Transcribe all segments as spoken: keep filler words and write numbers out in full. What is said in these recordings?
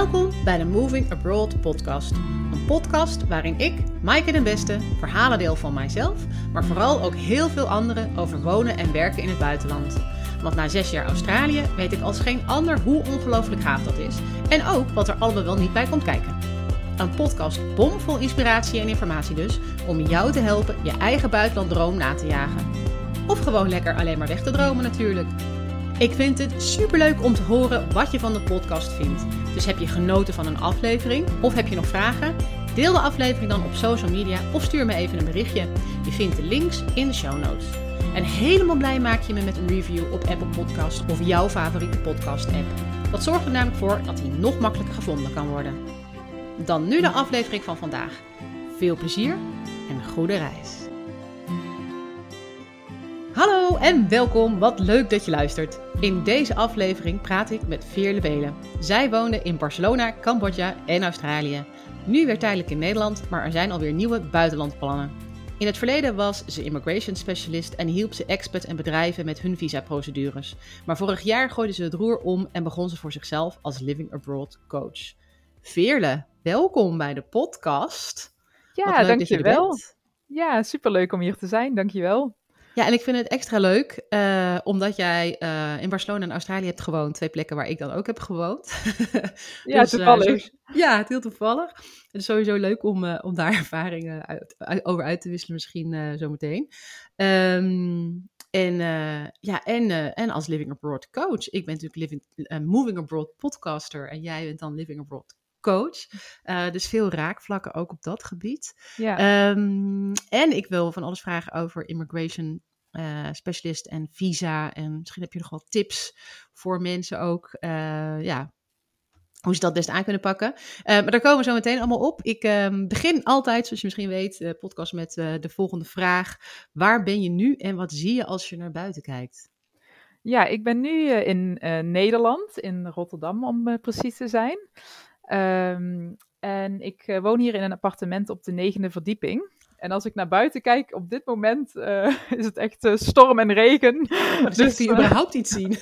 Welkom bij de Moving Abroad podcast. Een podcast waarin ik, Maaike den Beste, verhalen deel van mijzelf, maar vooral ook heel veel anderen over wonen en werken in het buitenland. Want na zes jaar Australië weet ik als geen ander hoe ongelooflijk gaaf dat is. En ook wat er allemaal wel niet bij komt kijken. Een podcast bomvol inspiratie en informatie dus, om jou te helpen je eigen buitenlanddroom na te jagen. Of gewoon lekker alleen maar weg te dromen natuurlijk. Ik vind het superleuk om te horen wat je van de podcast vindt. Dus heb je genoten van een aflevering of heb je nog vragen? Deel de aflevering dan op social media of stuur me even een berichtje. Je vindt de links in de show notes. En helemaal blij maak je me met een review op Apple Podcasts of jouw favoriete podcast app. Dat zorgt er namelijk voor dat hij nog makkelijker gevonden kan worden. Dan nu de aflevering van vandaag. Veel plezier en een goede reis. Hallo en welkom, wat leuk dat je luistert. In deze aflevering praat ik met Veerle Belen. Zij woonde in Barcelona, Cambodja en Australië. Nu weer tijdelijk in Nederland, maar er zijn alweer nieuwe buitenlandplannen. In het verleden was ze immigration specialist en hielp ze expats en bedrijven met hun visaprocedures. Maar vorig jaar gooide ze het roer om en begon ze voor zichzelf als Living Abroad coach. Veerle, welkom bij de podcast. Ja, dankjewel. Ja, superleuk om hier te zijn, dankjewel. Ja, en ik vind het extra leuk, uh, omdat jij uh, in Barcelona en Australië hebt gewoond. Twee plekken waar ik dan ook heb gewoond. Ja, dus, toevallig. Uh, zo, ja, het heel toevallig. Het is sowieso leuk om, uh, om daar ervaringen uit, uit, over uit te wisselen misschien uh, zometeen. Um, en, uh, ja, en, uh, en als Living Abroad coach. Ik ben natuurlijk living, uh, Moving Abroad podcaster en jij bent dan Living Abroad coach. Uh, dus veel raakvlakken ook op dat gebied. Ja. Um, en ik wil van alles vragen over immigration uh, specialist en visa. En misschien heb je nog wel tips voor mensen ook. Uh, ja, hoe ze dat best aan kunnen pakken. Uh, maar daar komen we zo meteen allemaal op. Ik um, begin altijd, zoals je misschien weet, de podcast met uh, de volgende vraag. Waar ben je nu en wat zie je als je naar buiten kijkt? Ja, ik ben nu uh, in uh, Nederland, in Rotterdam om uh, precies te zijn. Um, en ik uh, woon hier in een appartement op de negende verdieping. En als ik naar buiten kijk, op dit moment uh, is het echt uh, storm en regen. Dus, dus kun je überhaupt iets zien?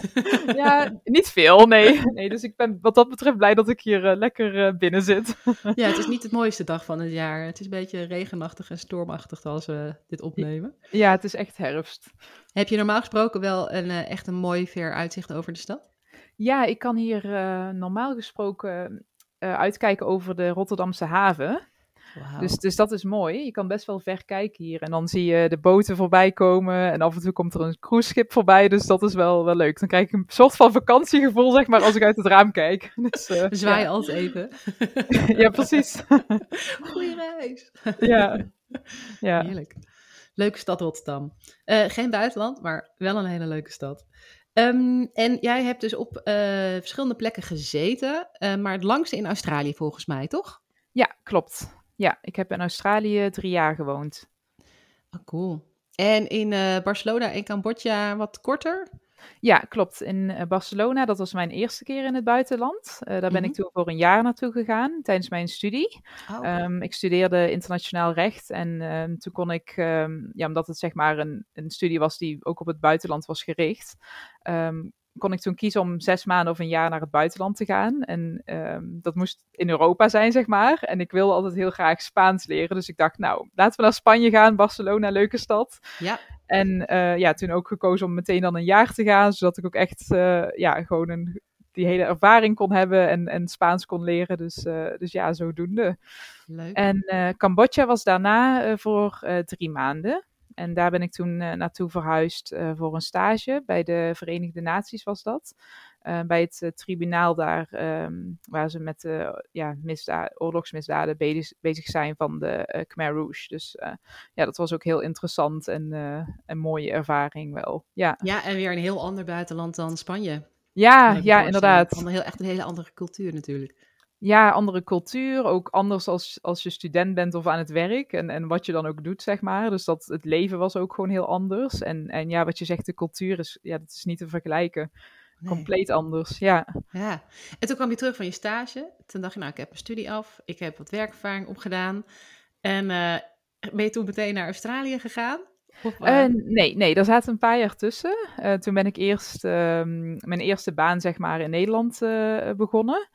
Ja, niet veel, nee. nee. Dus ik ben wat dat betreft blij dat ik hier uh, lekker uh, binnen zit. Ja, het is niet het mooiste dag van het jaar. Het is een beetje regenachtig en stormachtig als we dit opnemen. Ja, het is echt herfst. Heb je normaal gesproken wel een, uh, echt een mooi ver uitzicht over de stad? Ja, ik kan hier uh, normaal gesproken uh, uitkijken over de Rotterdamse haven. Wow. Dus, dus dat is mooi. Je kan best wel ver kijken hier. En dan zie je de boten voorbij komen. En af en toe komt er een cruiseschip voorbij. Dus dat is wel, wel leuk. Dan krijg ik een soort van vakantiegevoel, zeg maar, als ik uit het raam kijk. Dus, uh, Zwaai ja. als even. Ja, precies. Goeie reis. Ja. Ja. Heerlijk. Leuke stad Rotterdam. Uh, geen buitenland, maar wel een hele leuke stad. Um, en jij hebt dus op uh, verschillende plekken gezeten. Uh, maar het langste in Australië volgens mij, toch? Ja, klopt. Ja, ik heb in Australië drie jaar gewoond. Oh, cool. En in uh, Barcelona en Cambodja wat korter? Ja, klopt. In uh, Barcelona, dat was mijn eerste keer in het buitenland. Uh, daar ben mm-hmm. ik toen voor een jaar naartoe gegaan, tijdens mijn studie. Oh, okay. um, ik studeerde internationaal recht en um, toen kon ik, um, ja, omdat het zeg maar een, een studie was die ook op het buitenland was gericht, um, kon ik toen kiezen om zes maanden of een jaar naar het buitenland te gaan. En um, dat moest in Europa zijn, zeg maar. En ik wilde altijd heel graag Spaans leren. Dus ik dacht, nou, laten we naar Spanje gaan. Barcelona, leuke stad. Ja. En uh, ja, toen ook gekozen om meteen dan een jaar te gaan. Zodat ik ook echt, uh, ja, gewoon een, die hele ervaring kon hebben. En, en Spaans kon leren. Dus, uh, dus ja, zodoende. Leuk. En uh, Cambodja was daarna uh, voor uh, drie maanden. En daar ben ik toen uh, naartoe verhuisd uh, voor een stage. Bij de Verenigde Naties was dat. Uh, bij het uh, tribunaal daar, um, waar ze met uh, ja, misda- oorlogsmisdaden bezig, bezig zijn van de uh, Khmer Rouge. Dus uh, ja, dat was ook heel interessant en uh, een mooie ervaring wel. Ja. Ja, en weer een heel ander buitenland dan Spanje. Ja, ja, inderdaad. Een heel, echt een hele andere cultuur natuurlijk. Ja, andere cultuur, ook anders als, als je student bent of aan het werk en, en wat je dan ook doet, zeg maar. Dus dat, het leven was ook gewoon heel anders. En, en ja, wat je zegt, de cultuur is, ja, dat is niet te vergelijken. Nee. Compleet anders, ja. Ja, en toen kwam je terug van je stage. Toen dacht je, nou, ik heb mijn studie af, ik heb wat werkervaring opgedaan. En uh, ben je toen meteen naar Australië gegaan? Of, uh... Uh, nee, nee, daar zaten een paar jaar tussen. Uh, toen ben ik eerst uh, mijn eerste baan, zeg maar, in Nederland uh, begonnen.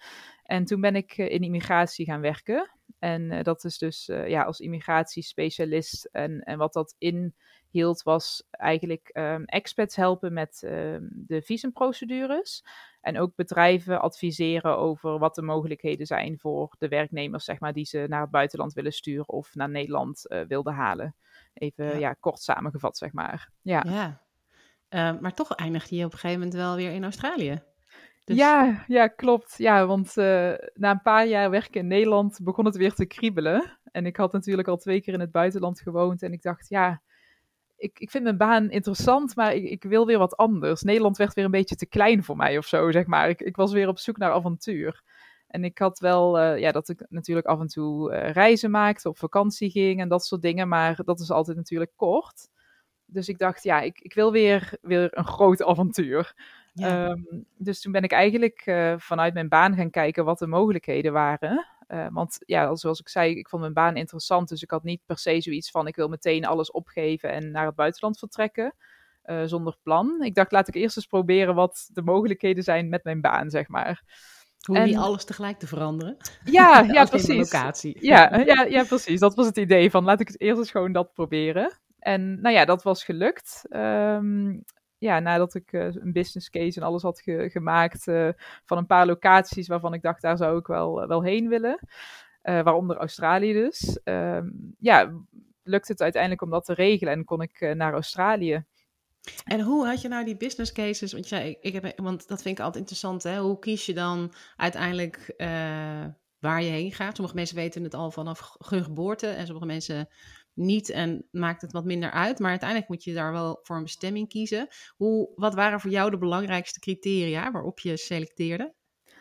En toen ben ik uh, in immigratie gaan werken. En uh, dat is dus uh, ja, als immigratiespecialist. En, en wat dat inhield was eigenlijk um, expats helpen met um, de visumprocedures. En ook bedrijven adviseren over wat de mogelijkheden zijn voor de werknemers, zeg maar, die ze naar het buitenland willen sturen of naar Nederland uh, wilden halen. Even ja. Ja, kort samengevat, zeg maar. Ja, ja. Uh, maar toch eindigde je op een gegeven moment wel weer in Australië. Dus... Ja, ja, klopt. Ja, want uh, na een paar jaar werken in Nederland begon het weer te kriebelen. En ik had natuurlijk al twee keer in het buitenland gewoond. En ik dacht, ja, ik, ik vind mijn baan interessant, maar ik, ik wil weer wat anders. Nederland werd weer een beetje te klein voor mij of zo, zeg maar. Ik, ik was weer op zoek naar avontuur. En ik had wel, uh, ja, dat ik natuurlijk af en toe uh, reizen maakte, op vakantie ging en dat soort dingen. Maar dat is altijd natuurlijk kort. Dus ik dacht, ja, ik, ik wil weer, weer een groot avontuur. Ja. Um, dus toen ben ik eigenlijk uh, vanuit mijn baan gaan kijken wat de mogelijkheden waren. Uh, want ja, zoals ik zei, ik vond mijn baan interessant. Dus ik had niet per se zoiets van, ik wil meteen alles opgeven en naar het buitenland vertrekken. Uh, zonder plan. Ik dacht, laat ik eerst eens proberen wat de mogelijkheden zijn met mijn baan, zeg maar. Hoe en... niet alles tegelijk te veranderen. Ja, ja precies. Locatie. Ja, ja, ja, precies. Dat was het idee van, laat ik het eerst eens gewoon dat proberen. En nou ja, dat was gelukt. Um, ja, nadat ik uh, een business case en alles had ge- gemaakt uh, van een paar locaties waarvan ik dacht, daar zou ik wel, uh, wel heen willen. Uh, waaronder Australië dus. Um, ja, lukte het uiteindelijk om dat te regelen en kon ik uh, naar Australië. En hoe had je nou die business cases? Want, ja, ik, ik heb, want dat vind ik altijd interessant. Hè? Hoe kies je dan uiteindelijk uh, waar je heen gaat? Sommige mensen weten het al vanaf hun geboorte en sommige mensen niet en maakt het wat minder uit. Maar uiteindelijk moet je daar wel voor een bestemming kiezen. Hoe, wat waren voor jou de belangrijkste criteria waarop je selecteerde?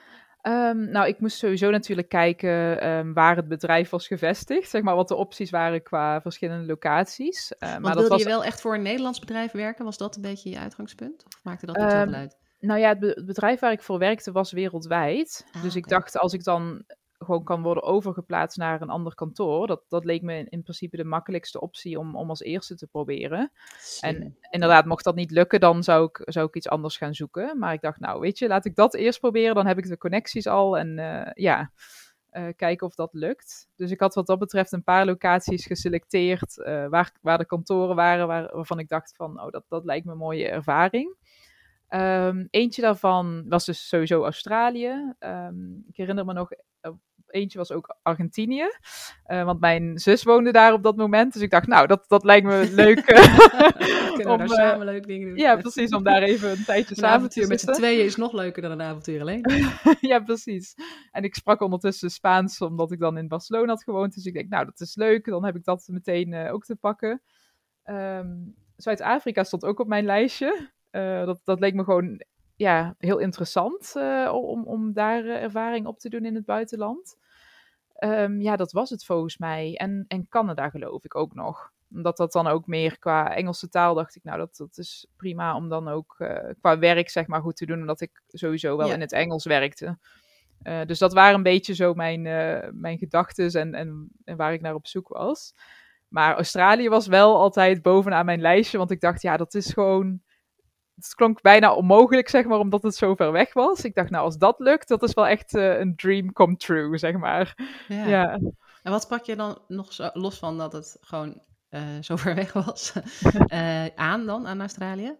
Um, nou, ik moest sowieso natuurlijk kijken um, waar het bedrijf was gevestigd. Zeg maar wat de opties waren qua verschillende locaties. Uh, Want maar wilde dat was... je wel echt voor een Nederlands bedrijf werken? Was dat een beetje je uitgangspunt? Of maakte dat niet um, zoveel uit? Nou ja, het, be- het bedrijf waar ik voor werkte was wereldwijd. Ah, dus okay. Ik dacht, als ik dan gewoon kan worden overgeplaatst naar een ander kantoor. Dat, dat leek me in, in principe de makkelijkste optie om, om als eerste te proberen. Slim. En inderdaad, mocht dat niet lukken, dan zou ik, zou ik iets anders gaan zoeken. Maar ik dacht, nou weet je, laat ik dat eerst proberen. Dan heb ik de connecties al en uh, ja, uh, kijken of dat lukt. Dus ik had wat dat betreft een paar locaties geselecteerd uh, waar, waar de kantoren waren, waar, waarvan ik dacht van, oh, dat, dat lijkt me een mooie ervaring. Um, eentje daarvan was dus sowieso Australië. Um, ik herinner me nog... Uh, Eentje was ook Argentinië. Uh, want mijn zus woonde daar op dat moment. Dus ik dacht, nou, dat, dat lijkt me leuk. Kunnen om, we daar uh, samen leuk dingen doen. Ja, precies. Om daar even een tijdje een samen te zitten. Met z'n tweeën is nog leuker dan een avontuur alleen. Ja, precies. En ik sprak ondertussen Spaans, omdat ik dan in Barcelona had gewoond. Dus ik denk, nou, dat is leuk. Dan heb ik dat meteen uh, ook te pakken. Um, Zuid-Afrika stond ook op mijn lijstje. Uh, dat, dat leek me gewoon... Ja, heel interessant uh, om, om daar uh, ervaring op te doen in het buitenland. Um, ja, dat was het volgens mij. En, en Canada geloof ik ook nog. Omdat dat dan ook meer qua Engelse taal dacht ik, nou dat, dat is prima om dan ook uh, qua werk zeg maar goed te doen. Omdat ik sowieso wel ja. in het Engels werkte. Uh, dus dat waren een beetje zo mijn, uh, mijn gedachtes en, en, en waar ik naar op zoek was. Maar Australië was wel altijd bovenaan mijn lijstje. Want ik dacht, ja, dat is gewoon... Het klonk bijna onmogelijk, zeg maar, omdat het zo ver weg was. Ik dacht, nou, als dat lukt, dat is wel echt uh, een dream come true, zeg maar. Ja. ja. En wat pak je dan nog zo, los van dat het gewoon uh, zo ver weg was, uh, aan dan, aan Australië?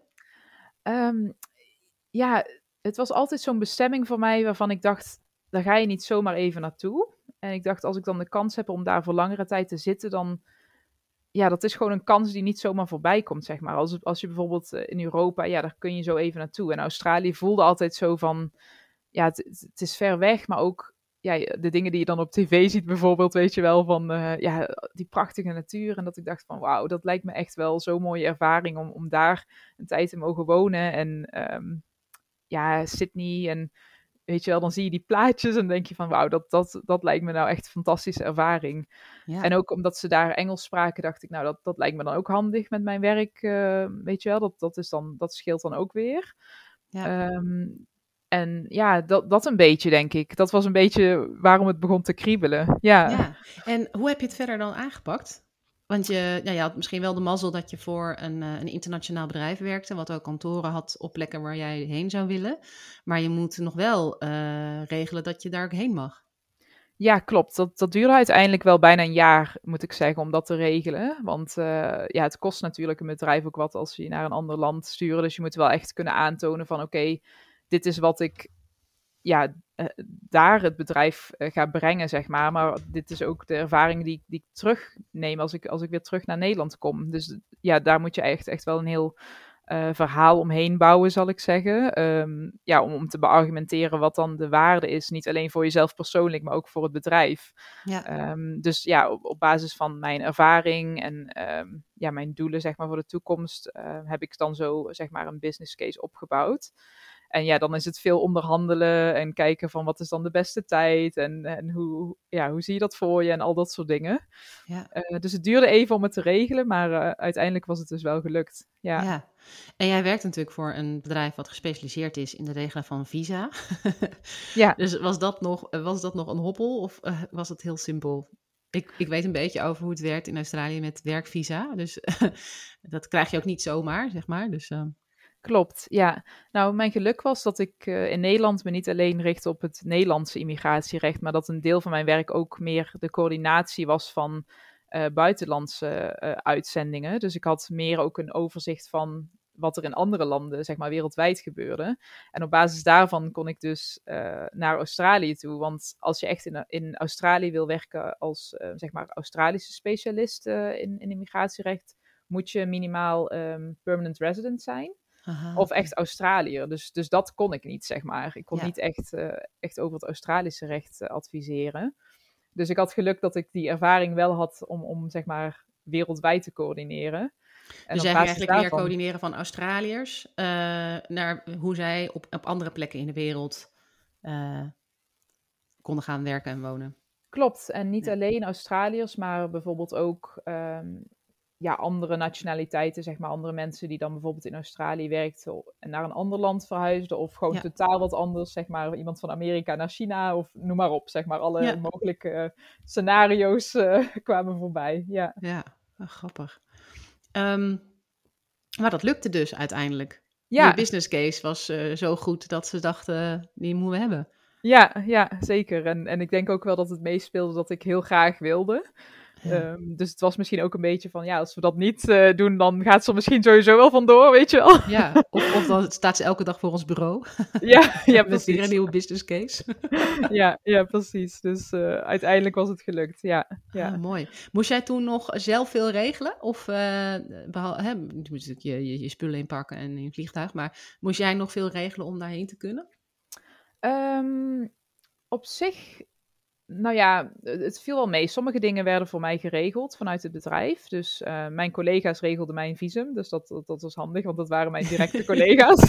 Um, ja, het was altijd zo'n bestemming voor mij waarvan ik dacht, daar ga je niet zomaar even naartoe. En ik dacht, als ik dan de kans heb om daar voor langere tijd te zitten, dan... Ja, dat is gewoon een kans die niet zomaar voorbij komt, zeg maar. Als, als je bijvoorbeeld in Europa, ja, daar kun je zo even naartoe. En Australië voelde altijd zo van, ja, het, het is ver weg, maar ook ja, de dingen die je dan op tv ziet bijvoorbeeld, weet je wel, van uh, ja, die prachtige natuur. En dat ik dacht van, wauw, dat lijkt me echt wel zo'n mooie ervaring om, om daar een tijd te mogen wonen. En um, ja, Sydney en... Weet je wel, dan zie je die plaatjes en denk je van wauw, dat, dat, dat lijkt me nou echt een fantastische ervaring. Ja. En ook omdat ze daar Engels spraken, dacht ik, nou, dat, dat lijkt me dan ook handig met mijn werk. Uh, weet je wel, dat, dat, is dan, dat scheelt dan ook weer. Ja. Um, en ja, dat, dat een beetje, denk ik. Dat was een beetje waarom het begon te kriebelen. Ja. Ja. En hoe heb je het verder dan aangepakt? Want je, ja, je had misschien wel de mazzel dat je voor een, uh, een internationaal bedrijf werkte, wat ook kantoren had op plekken waar jij heen zou willen. Maar je moet nog wel uh, regelen dat je daar ook heen mag. Ja, klopt. Dat, dat duurde uiteindelijk wel bijna een jaar, moet ik zeggen, om dat te regelen. Want uh, ja, het kost natuurlijk een bedrijf ook wat als je naar een ander land sturen. Dus je moet wel echt kunnen aantonen van oké, okay, dit is wat ik ja, uh, daar het bedrijf uh, ga brengen, zeg maar. Maar dit is ook de ervaring die, die ik terugneem als ik, als ik weer terug naar Nederland kom. Dus ja, daar moet je echt, echt wel een heel uh, verhaal omheen bouwen, zal ik zeggen. Um, ja, om, om te beargumenteren wat dan de waarde is. Niet alleen voor jezelf persoonlijk, maar ook voor het bedrijf. Ja. Um, dus ja, op, op basis van mijn ervaring en um, ja, mijn doelen, zeg maar, voor de toekomst, uh, heb ik dan zo, zeg maar, een business case opgebouwd. En ja, dan is het veel onderhandelen en kijken van wat is dan de beste tijd en, en hoe, ja, hoe zie je dat voor je en al dat soort dingen. Ja. Uh, dus het duurde even om het te regelen, maar uh, uiteindelijk was het dus wel gelukt. Ja. ja. En jij werkt natuurlijk voor een bedrijf wat gespecialiseerd is in de regelen van visa. ja. Dus was dat, nog, was dat nog een hobbel of uh, was het heel simpel? Ik, ik weet een beetje over hoe het werkt in Australië met werkvisa. Dus dat krijg je ook niet zomaar, zeg maar. Dus... Uh... Klopt, ja. Nou, mijn geluk was dat ik uh, in Nederland me niet alleen richtte op het Nederlandse immigratierecht, maar dat een deel van mijn werk ook meer de coördinatie was van uh, buitenlandse uh, uitzendingen. Dus ik had meer ook een overzicht van wat er in andere landen, zeg maar, wereldwijd gebeurde. En op basis daarvan kon ik dus uh, naar Australië toe. Want als je echt in, in Australië wil werken als, uh, zeg maar, Australische specialist uh, in, in immigratierecht, moet je minimaal um, permanent resident zijn. Aha, of echt Australiër. Dus, dus dat kon ik niet, zeg maar. Ik kon ja. niet echt, uh, echt over het Australische recht uh, adviseren. Dus ik had geluk dat ik die ervaring wel had om, om zeg maar, wereldwijd te coördineren. En dus jij ging eigenlijk daarvan... meer coördineren van Australiërs uh, naar hoe zij op, op andere plekken in de wereld uh, konden gaan werken en wonen. Klopt. En niet ja. alleen Australiërs, maar bijvoorbeeld ook... Um, ja, andere nationaliteiten, zeg maar, andere mensen die dan bijvoorbeeld in Australië werkten en naar een ander land verhuisden, of gewoon ja. totaal wat anders, zeg maar, iemand van Amerika naar China, of noem maar op, zeg maar, alle ja. mogelijke uh, scenario's uh, kwamen voorbij. Ja, ja. Oh, grappig. Um, maar dat lukte dus uiteindelijk. Ja. Je business case was uh, zo goed dat ze dachten, die moeten we hebben. Ja, ja, zeker. En, en ik denk ook wel dat het meespeelde dat ik heel graag wilde. Ja. Um, dus het was misschien ook een beetje van, ja, als we dat niet uh, doen, dan gaat ze er misschien sowieso wel vandoor, weet je wel. Ja, of, of dan staat ze elke dag voor ons bureau. Ja, ja met weer een nieuwe business case. ja, ja, precies. Dus uh, uiteindelijk was het gelukt, ja. ja. Ah, mooi. Moest jij toen nog zelf veel regelen? Of, uh, behal- hè, je moet natuurlijk je, je, je spullen inpakken en in een vliegtuig, maar moest jij nog veel regelen om daarheen te kunnen? Um, op zich... Nou ja, het viel wel mee. Sommige dingen werden voor mij geregeld vanuit het bedrijf. Dus uh, mijn collega's regelden mijn visum. Dus dat, dat, dat was handig, want dat waren mijn directe collega's.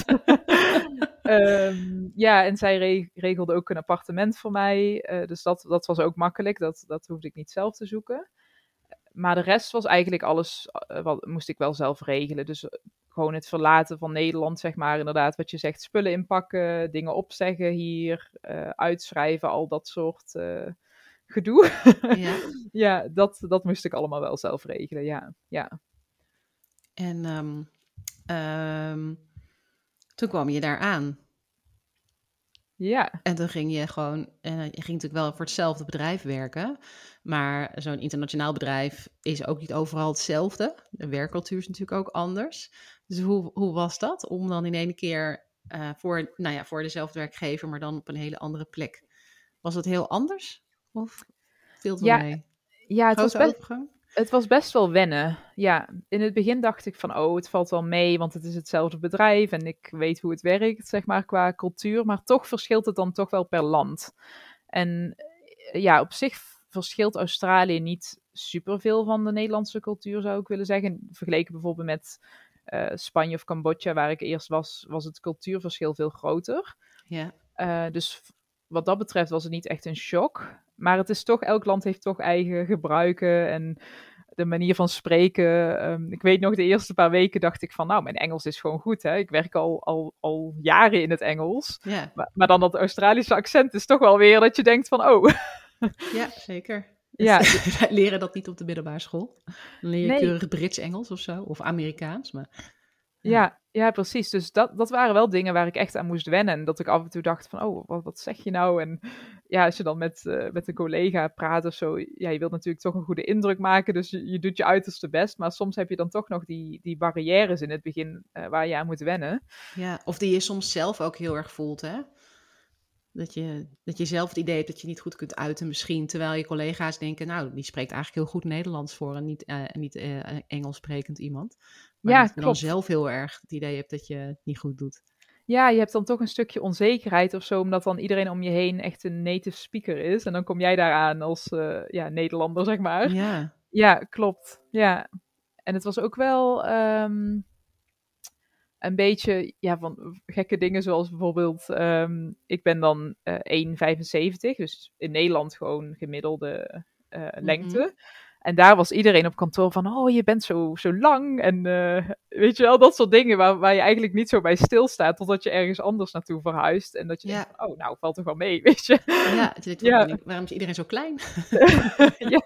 um, ja, en zij re- regelden ook een appartement voor mij. Uh, dus dat, dat was ook makkelijk. Dat, dat hoefde ik niet zelf te zoeken. Maar de rest was eigenlijk alles, uh, wat moest ik wel zelf regelen. Dus uh, gewoon het verlaten van Nederland, zeg maar. Inderdaad, wat je zegt, spullen inpakken, dingen opzeggen hier, uh, uitschrijven, al dat soort uh, gedoe. Ja, ja dat, dat moest ik allemaal wel zelf regelen, ja. ja. En um, um, toen kwam je daar aan. Ja. En toen ging je gewoon, uh, je ging natuurlijk wel voor hetzelfde bedrijf werken, maar zo'n internationaal bedrijf is ook niet overal hetzelfde. De werkcultuur is natuurlijk ook anders. Dus hoe, hoe was dat om dan in één keer uh, voor, nou ja, voor dezelfde werkgever, maar dan op een hele andere plek? Was dat heel anders? Of viel het ja, mee? Ja, het was, best, het was best wel wennen. Ja, in het begin dacht ik van, oh, het valt wel mee, want het is hetzelfde bedrijf en ik weet hoe het werkt, zeg maar, qua cultuur. Maar toch verschilt het dan toch wel per land. En ja, op zich verschilt Australië niet superveel van de Nederlandse cultuur, zou ik willen zeggen. Vergeleken bijvoorbeeld met uh, Spanje of Cambodja, waar ik eerst was, was het cultuurverschil veel groter. Ja. Uh, dus wat dat betreft was het niet echt een shock. Maar het is toch, elk land heeft toch eigen gebruiken en de manier van spreken. Um, ik weet nog, de eerste paar weken dacht ik van, nou, mijn Engels is gewoon goed, hè. Ik werk al, al, al jaren in het Engels. Ja. Maar, maar dan dat Australische accent is toch wel weer dat je denkt van, oh. Ja, zeker. Ja. Wij leren dat niet op de middelbare school. Dan leer je Nee. keurig Brits-Engels of zo, of Amerikaans. Maar, ja. Ja, ja, precies. Dus dat, dat waren wel dingen waar ik echt aan moest wennen. En dat ik af en toe dacht van, oh, wat, wat zeg je nou? En ja, als je dan met, uh, met een collega praat of zo, ja, je wilt natuurlijk toch een goede indruk maken, dus je, je doet je uiterste best. Maar soms heb je dan toch nog die, die barrières in het begin uh, waar je aan moet wennen. Ja, of die je soms zelf ook heel erg voelt, hè? Dat je, dat je zelf het idee hebt dat je niet goed kunt uiten misschien, terwijl je collega's denken, nou, die spreekt eigenlijk heel goed Nederlands voor en niet, uh, niet uh, Engels sprekend iemand. Maar Ja, dat je klopt. dan zelf heel erg het idee hebt dat je het niet goed doet. Ja, je hebt dan toch een stukje onzekerheid of zo, omdat dan iedereen om je heen echt een native speaker is. En dan kom jij daaraan als uh, ja, Nederlander, zeg maar. Ja. Ja, klopt. Ja. En het was ook wel um, een beetje ja, van gekke dingen, zoals bijvoorbeeld, um, ik ben dan uh, één komma vijfenzeventig, dus in Nederland gewoon gemiddelde uh, lengte. Mm-hmm. En daar was iedereen op kantoor van, oh, je bent zo, zo lang. En uh, weet je wel, dat soort dingen waar, waar je eigenlijk niet zo bij stilstaat, totdat je ergens anders naartoe verhuist. En dat je ja. denkt, oh, nou, valt toch wel mee, weet je. Ja, het is, ja. waarom is iedereen zo klein? Ja.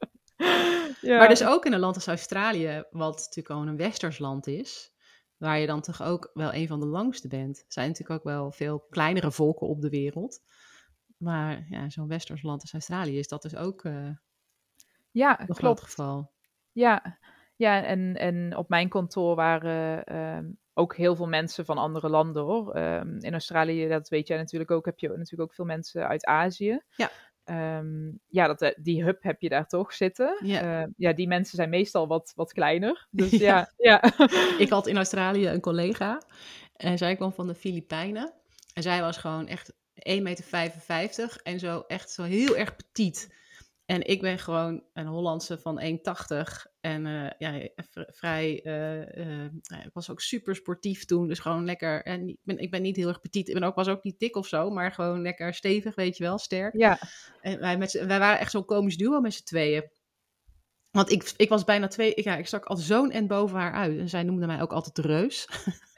Ja. Maar dus ook in een land als Australië, wat natuurlijk gewoon een westers land is, waar je dan toch ook wel een van de langste bent. Er zijn natuurlijk ook wel veel kleinere volken op de wereld. Maar ja, zo'n westers land als Australië is dat dus ook uh, ja, nog klopt. het geval. Ja, ja en, en op mijn kantoor waren uh, ook heel veel mensen van andere landen, hoor. Um, in Australië, dat weet jij natuurlijk ook, heb je natuurlijk ook veel mensen uit Azië. Ja. Um, ja, dat, die hub heb je daar toch zitten. Ja, uh, ja die mensen zijn meestal wat, wat kleiner. Dus ja. ja, ja. Ik had in Australië een collega en zij kwam van de Filipijnen. En zij was gewoon echt één komma vijfenvijftig meter en zo echt zo heel erg petit. En ik ben gewoon een Hollandse van één komma tachtig en uh, ja, v- vrij, uh, uh, ik was ook super sportief toen, dus gewoon lekker, en ik ben, ik ben niet heel erg petit, ik ben ook, was ook niet dik of zo, maar gewoon lekker stevig, weet je wel, sterk. Ja. En wij, met, wij waren echt zo'n komisch duo met z'n tweeën. Want ik, ik was bijna twee, ik, ja, ik stak al zo'n end boven haar uit en zij noemde mij ook altijd de reus.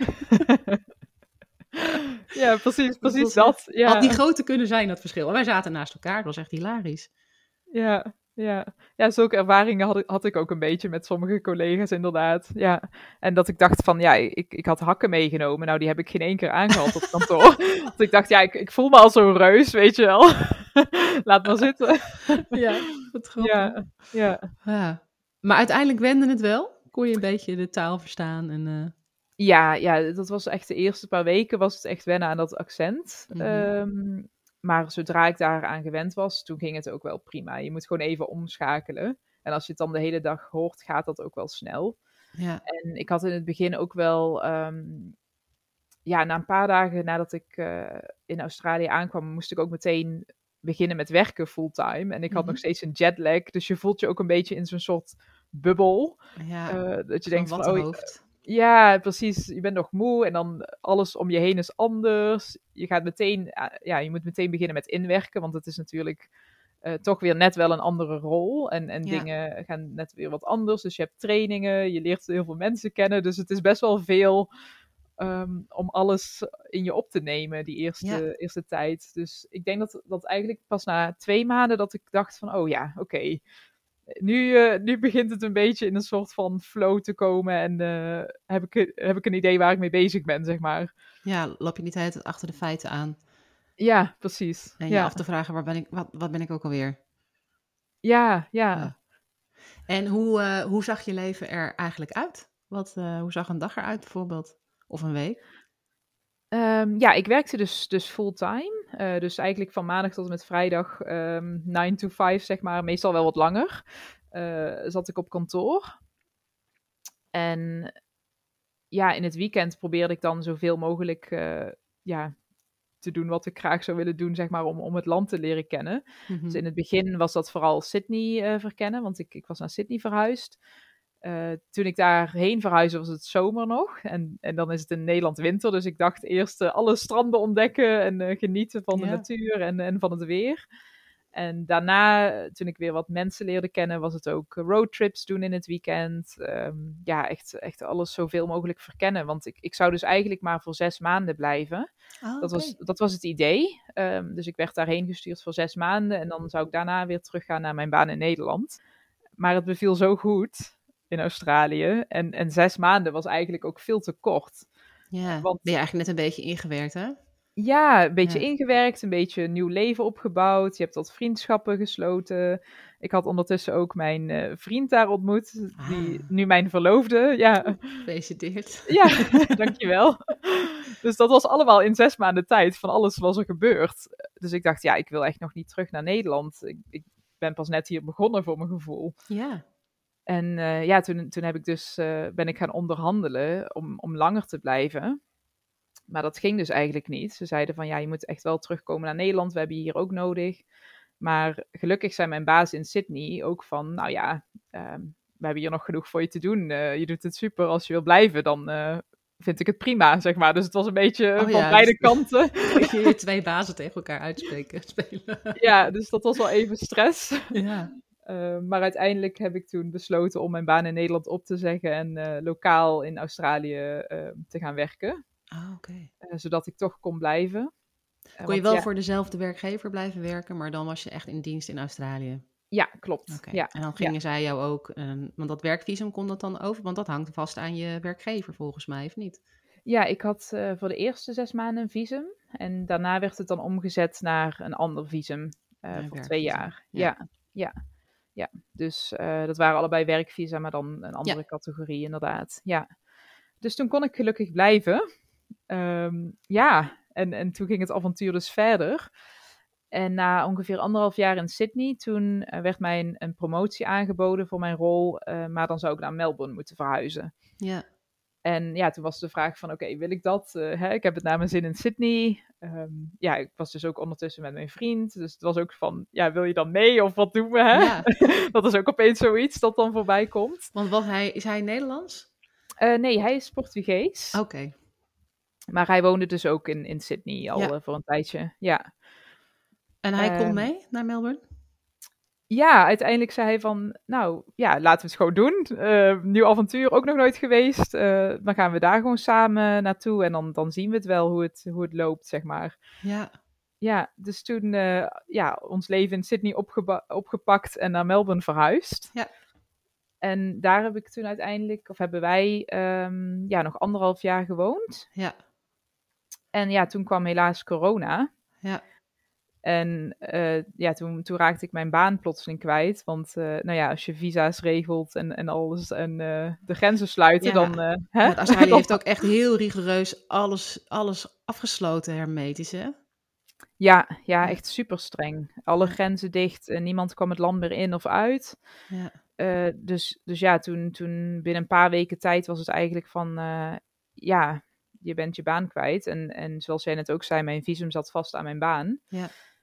Ja, precies, precies dat. dat. Ja. Had niet groter kunnen zijn, dat verschil. En wij zaten naast elkaar, dat was echt hilarisch. Ja, ja. ja, zulke ervaringen had ik, had ik ook een beetje met sommige collega's inderdaad. Ja. En dat ik dacht van, ja, ik, ik had hakken meegenomen. Nou, die heb ik geen één keer aangehad op kantoor. Dat ik dacht, ja, ik, ik voel me al zo'n reus, weet je wel. Laat maar zitten. Ja, wat grappig. Ja, ja. ja. Maar uiteindelijk wende het wel? Kon je een beetje de taal verstaan? En, uh... ja, ja, dat was echt de eerste paar weken was het echt wennen aan dat accent. Mm-hmm. Um, Maar zodra ik daaraan gewend was, toen ging het ook wel prima. Je moet gewoon even omschakelen. En als je het dan de hele dag hoort, gaat dat ook wel snel. Ja. En ik had in het begin ook wel... Um, ja, na een paar dagen nadat ik uh, in Australië aankwam, moest ik ook meteen beginnen met werken fulltime. En ik had mm-hmm. nog steeds een jetlag. Dus je voelt je ook een beetje in zo'n soort bubbel. Ja, uh, dat je denkt van... Oh, hoofd. Ja, precies. Je bent nog moe en dan alles om je heen is anders. Je gaat meteen, ja, je moet meteen beginnen met inwerken, want het is natuurlijk uh, toch weer net wel een andere rol. En, en ja. dingen gaan net weer wat anders. Dus je hebt trainingen, je leert heel veel mensen kennen. Dus het is best wel veel um, om alles in je op te nemen, die eerste, ja. eerste tijd. Dus ik denk dat, dat eigenlijk pas na twee maanden dat ik dacht van, oh ja, oké. Okay. Nu, uh, nu begint het een beetje in een soort van flow te komen en uh, heb, ik, heb ik een idee waar ik mee bezig ben, zeg maar. Ja, loop je niet de hele tijd achter de feiten aan. Ja, precies. En je ja. af te vragen, waar ben ik, wat, wat ben ik ook alweer? Ja, ja. ja. En hoe, uh, hoe zag je leven er eigenlijk uit? Wat, uh, hoe zag een dag eruit bijvoorbeeld? Of een week? Um, ja, ik werkte dus, dus fulltime. Uh, dus eigenlijk van maandag tot en met vrijdag um, nine to five, zeg maar. Meestal wel wat langer. Uh, zat ik op kantoor. En ja, in het weekend probeerde ik dan zoveel mogelijk uh, ja, te doen wat ik graag zou willen doen, zeg maar, om, om het land te leren kennen. Mm-hmm. Dus in het begin was dat vooral Sydney uh, verkennen, want ik, ik was naar Sydney verhuisd. Uh, toen ik daarheen verhuisde was het zomer nog. En, en dan is het in Nederland winter. Dus ik dacht eerst uh, alle stranden ontdekken en uh, genieten van de ja. natuur en, en van het weer. En daarna, toen ik weer wat mensen leerde kennen, was het ook roadtrips doen in het weekend. Um, ja, echt, echt alles zoveel mogelijk verkennen. Want ik, ik zou dus eigenlijk maar voor zes maanden blijven. Oh, dat, okay. was, dat was het idee. Um, dus ik werd daarheen gestuurd voor zes maanden. En dan zou ik daarna weer teruggaan naar mijn baan in Nederland. Maar het beviel zo goed in Australië. En, en zes maanden was eigenlijk ook veel te kort. Ja, Want, ben je eigenlijk net een beetje ingewerkt, hè? Ja, een beetje Ja. ingewerkt, een beetje een nieuw leven opgebouwd. Je hebt wat vriendschappen gesloten. Ik had ondertussen ook mijn uh, vriend daar ontmoet, die Ah. nu mijn verloofde. Ja. Gefeliciteerd. Ja, dankjewel. Dus dat was allemaal in zes maanden tijd, van alles was er gebeurd. Dus ik dacht, ja, ik wil echt nog niet terug naar Nederland. Ik, ik ben pas net hier begonnen voor mijn gevoel. Ja. En uh, ja, toen, toen heb ik dus, uh, ben ik gaan onderhandelen om, om langer te blijven. Maar dat ging dus eigenlijk niet. Ze zeiden van, ja, je moet echt wel terugkomen naar Nederland. We hebben je hier ook nodig. Maar gelukkig zijn mijn baas in Sydney ook van, nou ja, um, we hebben hier nog genoeg voor je te doen. Uh, je doet het super. Als je wil blijven, dan uh, vind ik het prima, zeg maar. Dus het was een beetje oh, van ja, beide dus, kanten. Moet je je twee bazen tegen elkaar uitspreken, spelen. Ja, dus dat was wel even stress. Ja. Uh, maar uiteindelijk heb ik toen besloten om mijn baan in Nederland op te zeggen en uh, lokaal in Australië uh, te gaan werken. Ah, oké. Okay. Uh, zodat ik toch kon blijven. Uh, kon je want, wel ja, voor dezelfde werkgever blijven werken, maar dan was je echt in dienst in Australië? Ja, klopt. Okay. Ja. En dan gingen ja. zij jou ook, um, want dat werkvisum kon dat dan over, want dat hangt vast aan je werkgever volgens mij, of niet? Ja, ik had uh, voor de eerste zes maanden een visum en daarna werd het dan omgezet naar een ander visum uh, voor werkvisum. twee jaar. Ja, ja. ja. ja. Dus uh, dat waren allebei werkvisa, maar dan een andere ja. categorie inderdaad. Ja. Dus toen kon ik gelukkig blijven. Um, ja, en, en toen ging het avontuur dus verder. En na ongeveer anderhalf jaar in Sydney, toen uh, werd mij een, een promotie aangeboden voor mijn rol, uh, maar dan zou ik naar Melbourne moeten verhuizen. Ja. En ja, toen was de vraag van, oké, okay, wil ik dat? Uh, hè? Ik heb het naar mijn zin in Sydney. Um, ja, ik was dus ook ondertussen met mijn vriend. Dus het was ook van, ja, wil je dan mee of wat doen we? Hè? Ja. Dat is ook opeens zoiets dat dan voorbij komt. Want wat hij, is hij Nederlands? Uh, nee, hij is Portugees. Oké. Okay. Maar hij woonde dus ook in, in Sydney al ja. uh, voor een tijdje, ja. En hij uh, kon mee naar Melbourne? Ja, uiteindelijk zei hij van, nou ja, laten we het gewoon doen. Uh, nieuw avontuur, ook nog nooit geweest. Uh, dan gaan we daar gewoon samen naartoe en dan, dan zien we het wel hoe het, hoe het loopt, zeg maar. Ja. Ja, dus toen uh, ja, ons leven in Sydney opgeba- opgepakt en naar Melbourne verhuisd. Ja. En daar heb ik toen uiteindelijk, of hebben wij um, ja, nog anderhalf jaar gewoond. Ja. En ja, toen kwam helaas corona. Ja. En uh, ja, toen, toen raakte ik mijn baan plotseling kwijt. Want uh, nou ja, als je visa's regelt en, en alles en uh, de grenzen sluiten, ja. dan... Uh, hè? Ja, Australië heeft ook echt heel rigoureus alles, alles afgesloten hermetisch, hè? Ja, ja, echt super streng. Alle grenzen dicht en niemand kwam het land meer in of uit. Ja. Uh, dus, dus ja, toen, toen binnen een paar weken tijd was het eigenlijk van... Uh, ja, je bent je baan kwijt. En, en zoals jij net ook zei, mijn visum zat vast aan mijn baan. Ja.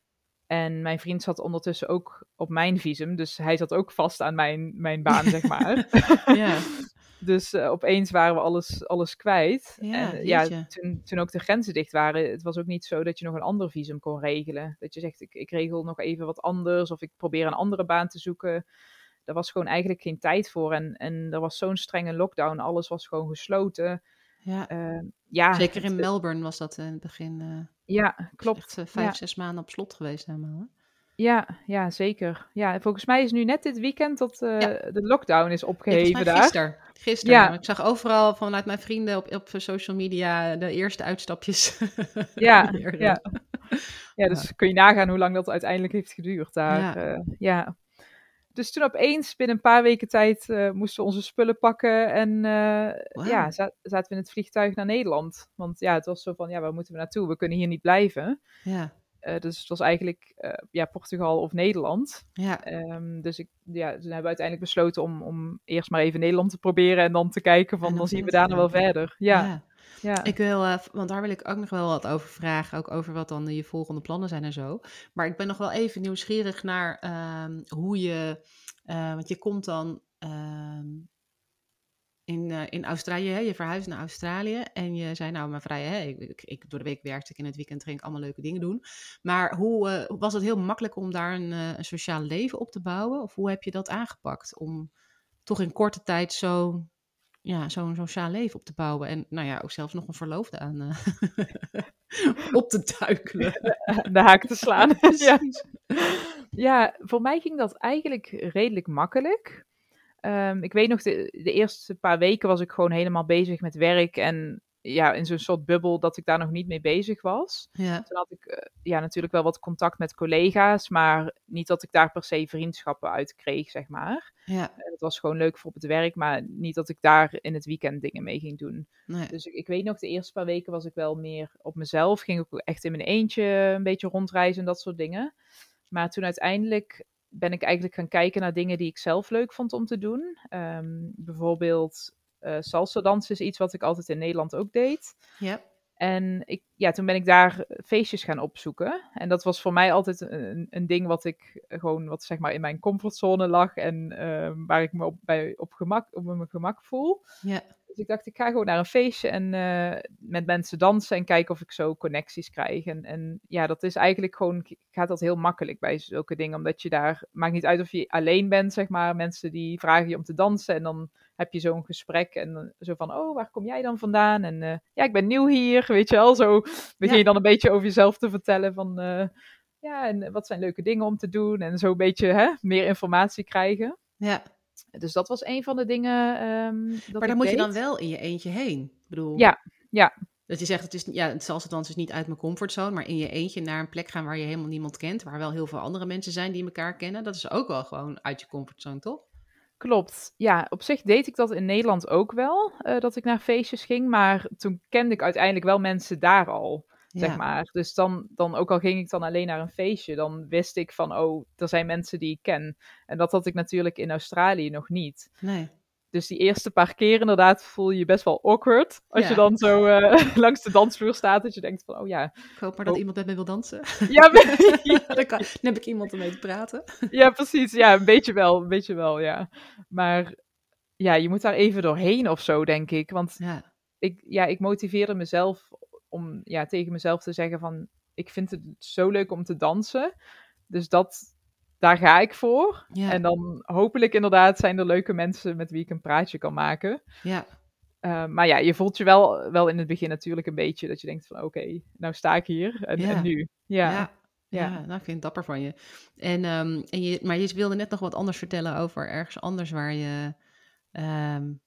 En mijn vriend zat ondertussen ook op mijn visum. Dus hij zat ook vast aan mijn, mijn baan, zeg maar. Ja. Dus uh, opeens waren we alles, alles kwijt. Ja, en ja, toen, toen ook de grenzen dicht waren, het was ook niet zo dat je nog een ander visum kon regelen. Dat je zegt, ik, ik regel nog even wat anders of ik probeer een andere baan te zoeken. Daar was gewoon eigenlijk geen tijd voor. En, en er was zo'n strenge lockdown, alles was gewoon gesloten. Ja. Uh, ja, Zeker in het, Melbourne was dat in het begin. Uh, ja, klopt. Echt uh, vijf, ja. zes maanden op slot geweest helemaal. Hè? Ja, ja, zeker. Ja, volgens mij is nu net dit weekend dat uh, ja. de lockdown is opgeheven daar. Gisteren. Gisteren. Ja. Ik zag overal vanuit mijn vrienden op, op social media de eerste uitstapjes. Ja, ja. ja, dus ja. kun je nagaan hoe lang dat uiteindelijk heeft geduurd daar. Ja. Uh, ja. Dus toen opeens, binnen een paar weken tijd, uh, moesten we onze spullen pakken en uh, wow. ja, za- zaten we in het vliegtuig naar Nederland. Want ja, het was zo van, ja, waar moeten we naartoe? We kunnen hier niet blijven. Ja. Uh, dus het was eigenlijk uh, ja, Portugal of Nederland. Ja. Um, dus ik, ja, toen hebben we uiteindelijk besloten om, om eerst maar even Nederland te proberen en dan te kijken van, dan, dan zien we daar nog wel verder. Ja. Ja. Ja. Ik wil, uh, want daar wil ik ook nog wel wat over vragen, ook over wat dan je volgende plannen zijn en zo. Maar ik ben nog wel even nieuwsgierig naar uh, hoe je, uh, want je komt dan uh, in, uh, in Australië, hè? Je verhuisde naar Australië en je zei nou, mijn vrije, hè? Ik, ik, ik, door de week werkte ik, in het weekend ging ik allemaal leuke dingen doen. Maar hoe uh, was het heel makkelijk om daar een, uh, een sociaal leven op te bouwen? Of hoe heb je dat aangepakt om toch in korte tijd zo, ja, zo'n sociaal leven op te bouwen en nou ja, ook zelfs nog een verloofde aan uh, op te duikelen? De haak te slaan. Ja. Ja, voor mij ging dat eigenlijk redelijk makkelijk. Um, ik weet nog, de, de eerste paar weken was ik gewoon helemaal bezig met werk en ja, in zo'n soort bubbel dat ik daar nog niet mee bezig was. Ja. Toen had ik uh, ja, natuurlijk wel wat contact met collega's, maar niet dat ik daar per se vriendschappen uit kreeg, zeg maar. Ja. Uh, het was gewoon leuk voor op het werk, maar niet dat ik daar in het weekend dingen mee ging doen. Nee. Dus ik, ik weet nog, de eerste paar weken was ik wel meer op mezelf. Ging ik ook echt in mijn eentje een beetje rondreizen en dat soort dingen. Maar toen uiteindelijk ben ik eigenlijk gaan kijken naar dingen die ik zelf leuk vond om te doen. Um, bijvoorbeeld uh, salsa dansen is iets wat ik altijd in Nederland ook deed. Ja. En ik, ja, toen ben ik daar feestjes gaan opzoeken. En dat was voor mij altijd een, een ding wat ik gewoon, wat zeg maar in mijn comfortzone lag. En uh, waar ik me op, bij, op, gemak, op mijn gemak voel. Ja. Dus ik dacht, ik ga gewoon naar een feestje en uh, met mensen dansen en kijken of ik zo connecties krijg. En, en ja, dat is eigenlijk gewoon, gaat dat heel makkelijk bij zulke dingen. Omdat je daar, maakt niet uit of je alleen bent, zeg maar. Mensen die vragen je om te dansen en dan heb je zo'n gesprek. En zo van, oh, waar kom jij dan vandaan? En uh, ja, ik ben nieuw hier, weet je wel. Zo begin je ja. dan een beetje over jezelf te vertellen van, uh, ja, en wat zijn leuke dingen om te doen? En zo een beetje hè, meer informatie krijgen. Ja. Dus dat was een van de dingen um, dat Maar daar ik moet deed. je dan wel in je eentje heen. Ik bedoel, ja, ja. Dat je zegt, het is, ja, het salsa dansen is niet uit mijn comfortzone, maar in je eentje naar een plek gaan waar je helemaal niemand kent, waar wel heel veel andere mensen zijn die elkaar kennen, dat is ook wel gewoon uit je comfortzone, toch? Klopt. Ja, op zich deed ik dat in Nederland ook wel, uh, dat ik naar feestjes ging, maar toen kende ik uiteindelijk wel mensen daar al. Zeg Ja. maar. Dus dan, dan, ook al ging ik dan alleen naar een feestje, dan wist ik van, oh, er zijn mensen die ik ken. En dat had ik natuurlijk in Australië nog niet. Nee. Dus die eerste paar keer inderdaad voel je je best wel awkward. Als Ja. je dan zo uh, langs de dansvloer staat, dat je denkt van, oh ja. Ik hoop maar dat oh. iemand met me wil dansen. Ja, ja, dan, kan, dan heb ik iemand om mee te praten. Ja, precies. Ja, een beetje wel, een beetje wel, ja. Maar ja, je moet daar even doorheen of zo, denk ik. Want ja. Ik, ja, ik motiveerde mezelf om ja, tegen mezelf te zeggen van, ik vind het zo leuk om te dansen. Dus dat, daar ga ik voor. Ja. En dan hopelijk inderdaad zijn er leuke mensen met wie ik een praatje kan maken. Ja. Uh, maar ja, je voelt je wel, wel in het begin natuurlijk een beetje dat je denkt van, oké, okay, nou sta ik hier en, ja. en nu. Ja. Ja. Ja, ja, nou, ik vind het dapper van je. En, um, en je. Maar je wilde net nog wat anders vertellen over ergens anders waar je... Um,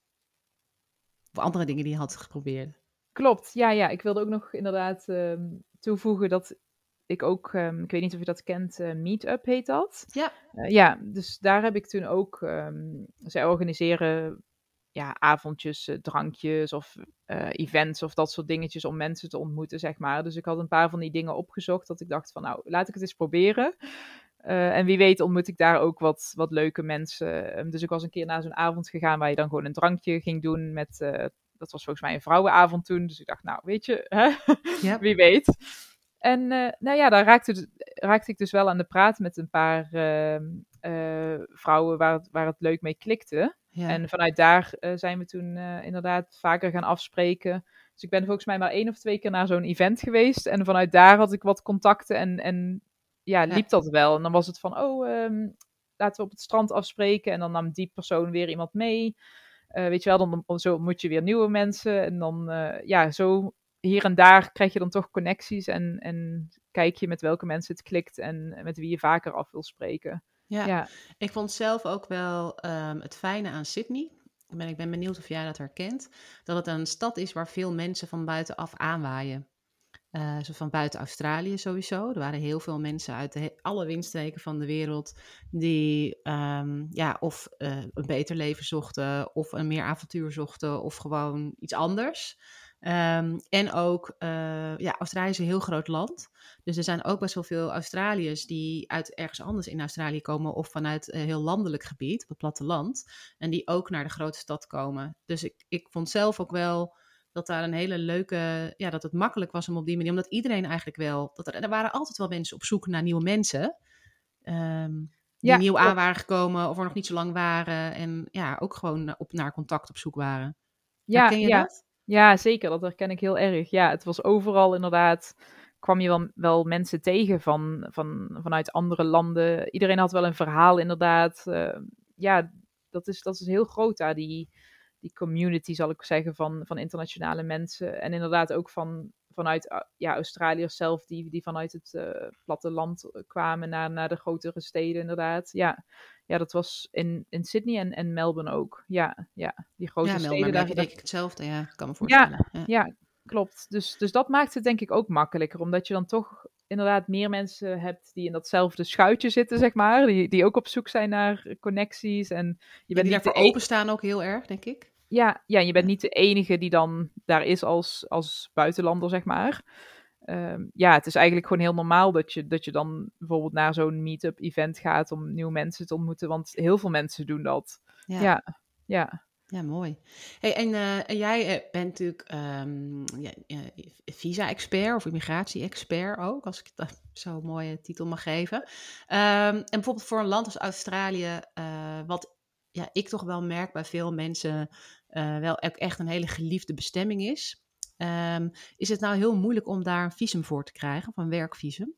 of andere dingen die je had geprobeerd. Klopt, ja, ja. Ik wilde ook nog inderdaad um, toevoegen dat ik ook, um, ik weet niet of je dat kent, uh, Meetup heet dat. Ja. Uh, ja, dus daar heb ik toen ook, um, zij organiseren ja, avondjes, uh, drankjes of uh, events of dat soort dingetjes om mensen te ontmoeten, zeg maar. Dus ik had een paar van die dingen opgezocht dat ik dacht van, nou, laat ik het eens proberen. Uh, en wie weet ontmoet ik daar ook wat, wat leuke mensen. Um, dus ik was een keer naar zo'n avond gegaan waar je dan gewoon een drankje ging doen met... Uh, dat was volgens mij een vrouwenavond toen. Dus ik dacht, nou, weet je, hè? Yep. Wie weet. En uh, nou ja, daar raakte, raakte ik dus wel aan de praat met een paar uh, uh, vrouwen waar het, waar het leuk mee klikte. Ja. En vanuit daar uh, zijn we toen uh, inderdaad vaker gaan afspreken. Dus ik ben volgens mij maar één of twee keer naar zo'n event geweest. En vanuit daar had ik wat contacten en, en ja, liep ja. dat wel. En dan was het van, oh, um, laten we op het strand afspreken. En dan nam die persoon weer iemand mee. Uh, weet je wel, dan, dan zo ontmoet je weer nieuwe mensen. En dan, uh, ja, zo hier en daar krijg je dan toch connecties. En, en kijk je met welke mensen het klikt en met wie je vaker af wil spreken. Ja, ja. Ik vond zelf ook wel um, het fijne aan Sydney. Ik ben, ik ben benieuwd of jij dat herkent. Dat het een stad is waar veel mensen van buitenaf aanwaaien. Uh, zo van buiten Australië sowieso. Er waren heel veel mensen uit de he- alle windstreken van de wereld die um, ja, of uh, een beter leven zochten, of een meer avontuur zochten, of gewoon iets anders. Um, en ook, uh, ja, Australië is een heel groot land. Dus er zijn ook best wel veel Australiërs die uit ergens anders in Australië komen, of vanuit een heel landelijk gebied, op het platteland. En die ook naar de grote stad komen. Dus ik, ik vond zelf ook wel dat daar een hele leuke, ja, dat het makkelijk was om op die manier, omdat iedereen eigenlijk wel, dat er, er waren altijd wel mensen op zoek naar nieuwe mensen. Um, die Ja, nieuw aan klopt. waren gekomen of er nog niet zo lang waren. En ja, ook gewoon op, naar contact op zoek waren. Ja, Herken je ja. dat? Ja, zeker. Dat herken ik heel erg. Ja, het was overal inderdaad, kwam je wel, wel mensen tegen van, van, vanuit andere landen. Iedereen had wel een verhaal inderdaad. Uh, ja, dat is, dat is heel groot daar, die, die community zal ik zeggen, van, van internationale mensen. En inderdaad ook van, vanuit ja, Australiërs zelf, die, die vanuit het uh, platteland kwamen naar, naar de grotere steden inderdaad. Ja, ja dat was in, in Sydney en, en Melbourne ook. Ja, ja, die grote Ja, steden. Melbourne Daar, heb je daar, denk ik hetzelfde. Ja, ik kan me ja, voorstellen. Ja, ja, klopt. Dus, dus dat maakt het denk ik ook makkelijker, omdat je dan toch inderdaad meer mensen hebt die in datzelfde schuitje zitten, zeg maar. Die, die ook op zoek zijn naar connecties. En je bent die niet daarvoor de e- openstaan ook heel erg, denk ik. Ja, ja, je bent Ja. niet de enige die dan daar is als, als buitenlander, zeg maar. Um, ja, het is eigenlijk gewoon heel normaal dat je, dat je dan bijvoorbeeld naar zo'n meet-up event gaat om nieuwe mensen te ontmoeten, want heel veel mensen doen dat. Ja. Ja, ja. Ja, mooi. Hey, en, uh, en jij uh, bent natuurlijk um, ja, uh, visa-expert of immigratie-expert ook, als ik dat zo'n mooie titel mag geven. Um, en bijvoorbeeld voor een land als Australië, uh, wat ja, ik toch wel merk bij veel mensen uh, wel ook echt een hele geliefde bestemming is. Um, is het nou heel moeilijk om daar een visum voor te krijgen, of een werkvisum?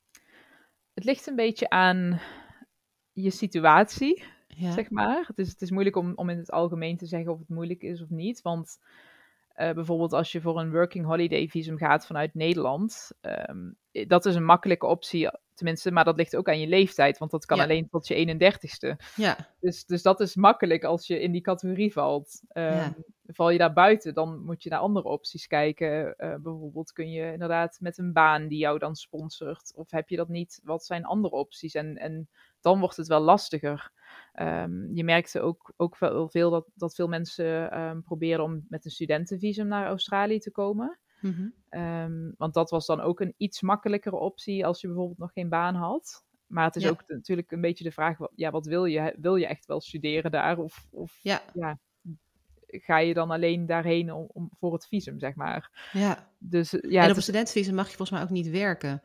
Het ligt een beetje aan je situatie, ja. zeg maar. Het is, het is moeilijk om, om in het algemeen te zeggen of het moeilijk is of niet, want uh, bijvoorbeeld als je voor een working holiday visum gaat vanuit Nederland, um, dat is een makkelijke optie, tenminste, maar dat ligt ook aan je leeftijd, want dat kan ja. alleen tot je eenendertigste. Ja. Dus, dus dat is makkelijk als je in die categorie valt. Um, ja. Val je daar buiten, dan moet je naar andere opties kijken. Uh, bijvoorbeeld kun je inderdaad met een baan die jou dan sponsort, of heb je dat niet, wat zijn andere opties? En, en dan wordt het wel lastiger. Um, je merkte ook, ook wel veel dat, dat veel mensen um, proberen om met een studentenvisum naar Australië te komen. Mm-hmm. Um, want dat was dan ook een iets makkelijkere optie als je bijvoorbeeld nog geen baan had. Maar het is ja. ook natuurlijk een beetje de vraag, ja, wat wil je? Wil je echt wel studeren daar? Of, of ja. ja, ga je dan alleen daarheen om, om, voor het visum, zeg maar? Ja. Dus, ja, en op een is... studentenvisum mag je volgens mij ook niet werken.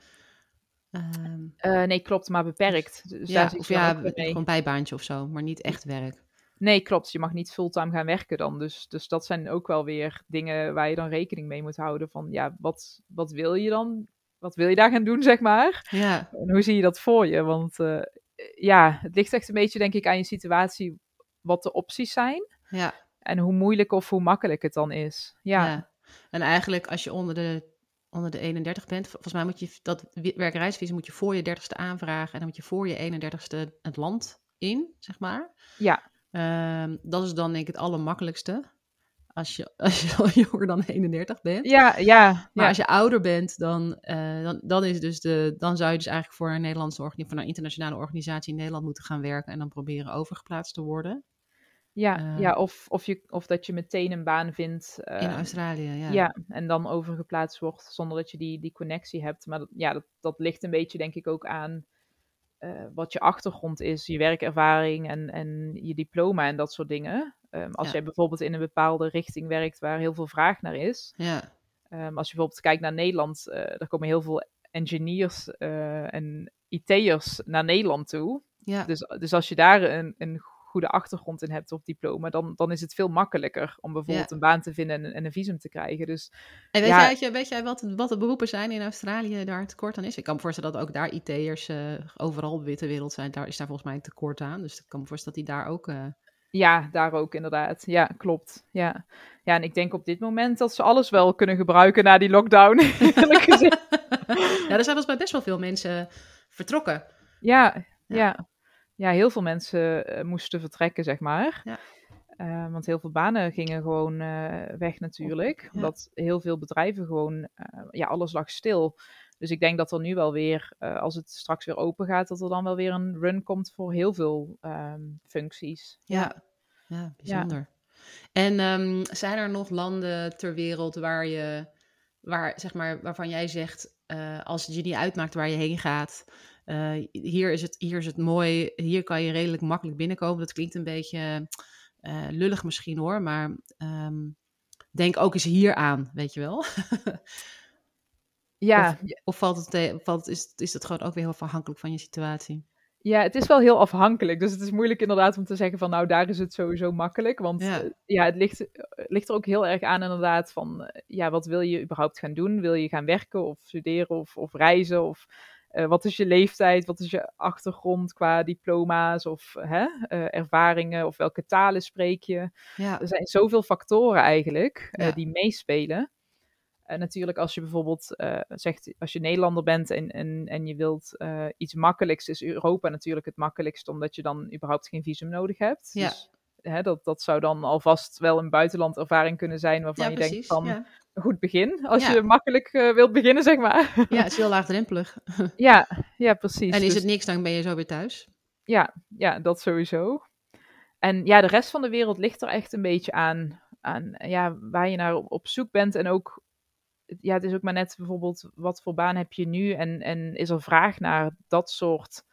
Um, uh, nee, klopt, maar beperkt. Dus ja, daar of ja, gewoon bijbaantje of zo, maar niet echt werk. Nee, klopt. Je mag niet fulltime gaan werken dan. Dus, dus dat zijn ook wel weer dingen waar je dan rekening mee moet houden. Van ja, wat, wat wil je dan? Wat wil je daar gaan doen, zeg maar? Ja. En hoe zie je dat voor je? Want uh, ja, het ligt echt een beetje, denk ik, aan je situatie wat de opties zijn. Ja. En hoe moeilijk of hoe makkelijk het dan is. Ja. ja. En eigenlijk als je onder de, onder de eenendertig bent, volgens mij moet je dat werkreisvisum moet je voor je dertigste aanvragen. En dan moet je voor je eenendertigste het land in, zeg maar. Ja. Um, dat is dan denk ik het allermakkelijkste. Als je, als je al jonger dan eenendertig bent. Ja, ja. Maar ja. als je ouder bent, dan, uh, dan, dan, is dus de, dan zou je dus eigenlijk voor een Nederlandse organisatie, voor een internationale organisatie in Nederland moeten gaan werken en dan proberen overgeplaatst te worden. Ja, uh, ja of, of, je, of dat je meteen een baan vindt. Uh, in Australië, ja. Ja, en dan overgeplaatst wordt zonder dat je die, die connectie hebt. Maar dat, ja, dat, dat ligt een beetje denk ik ook aan uh, wat je achtergrond is, je werkervaring en, en je diploma en dat soort dingen. Um, als ja. jij bijvoorbeeld in een bepaalde richting werkt waar heel veel vraag naar is. Ja. Um, als je bijvoorbeeld kijkt naar Nederland, uh, er komen heel veel engineers uh, en I T'ers naar Nederland toe. Ja. Dus, dus als je daar een, een goede achtergrond in hebt of diploma, dan, dan is het veel makkelijker om bijvoorbeeld ja. een baan te vinden en, en een visum te krijgen. Dus, en weet, ja, jij, weet jij wat, wat de beroepen zijn in Australië daar tekort aan is? Ik kan me voorstellen dat ook daar I T'ers uh, overal op de witte wereld zijn. Daar is daar volgens mij een tekort aan. Dus ik kan me voorstellen dat die daar ook... Uh... Ja, daar ook inderdaad. Ja, klopt. Ja. ja, en ik denk op dit moment dat ze alles wel kunnen gebruiken na die lockdown. Eerlijk gezegd. Ja, er zijn volgens mij best wel veel mensen vertrokken. Ja, ja. ja. Ja, heel veel mensen uh, moesten vertrekken, zeg maar. Ja. Uh, want heel veel banen gingen gewoon uh, weg natuurlijk. Ja. Omdat heel veel bedrijven gewoon... Uh, ja, alles lag stil. Dus ik denk dat er nu wel weer, uh, als het straks weer open gaat, dat er dan wel weer een run komt voor heel veel um, functies. Ja, ja bijzonder. Ja. En um, zijn er nog landen ter wereld waar je, waar, zeg maar, waarvan jij zegt, uh, als het je niet uitmaakt waar je heen gaat, uh, hier, is het, hier is het mooi, hier kan je redelijk makkelijk binnenkomen. Dat klinkt een beetje uh, lullig misschien hoor, maar um, denk ook eens hier aan, weet je wel. Ja. Of, of valt het, valt, is, is het gewoon ook weer heel afhankelijk van je situatie? Ja, het is wel heel afhankelijk. Dus het is moeilijk inderdaad om te zeggen van nou, daar is het sowieso makkelijk. Want ja, uh, ja het ligt, uh, ligt er ook heel erg aan inderdaad van uh, ja, wat wil je überhaupt gaan doen? Wil je gaan werken of studeren of, of reizen? Of uh, wat is je leeftijd? Wat is je achtergrond qua diploma's of hè, uh, ervaringen? Of welke talen spreek je? Ja. Er zijn zoveel factoren eigenlijk uh, ja. die meespelen. Uh, natuurlijk als je bijvoorbeeld uh, zegt, als je Nederlander bent en, en, en je wilt uh, iets makkelijks, is Europa natuurlijk het makkelijkst, omdat je dan überhaupt geen visum nodig hebt. Ja. Dus hè, dat, dat zou dan alvast wel een buitenlandervaring kunnen zijn, waarvan ja, je precies, denkt van, ja. een goed begin, als ja. je makkelijk uh, wilt beginnen, zeg maar. Ja, het is heel laagdrempelig. ja, ja, precies. En is dus, het niks, dan ben je zo weer thuis. Ja, ja, dat sowieso. En ja, de rest van de wereld ligt er echt een beetje aan, aan ja, waar je naar op, op zoek bent en ook ja, het is ook maar net bijvoorbeeld, wat voor baan heb je nu en, en is er vraag naar dat soort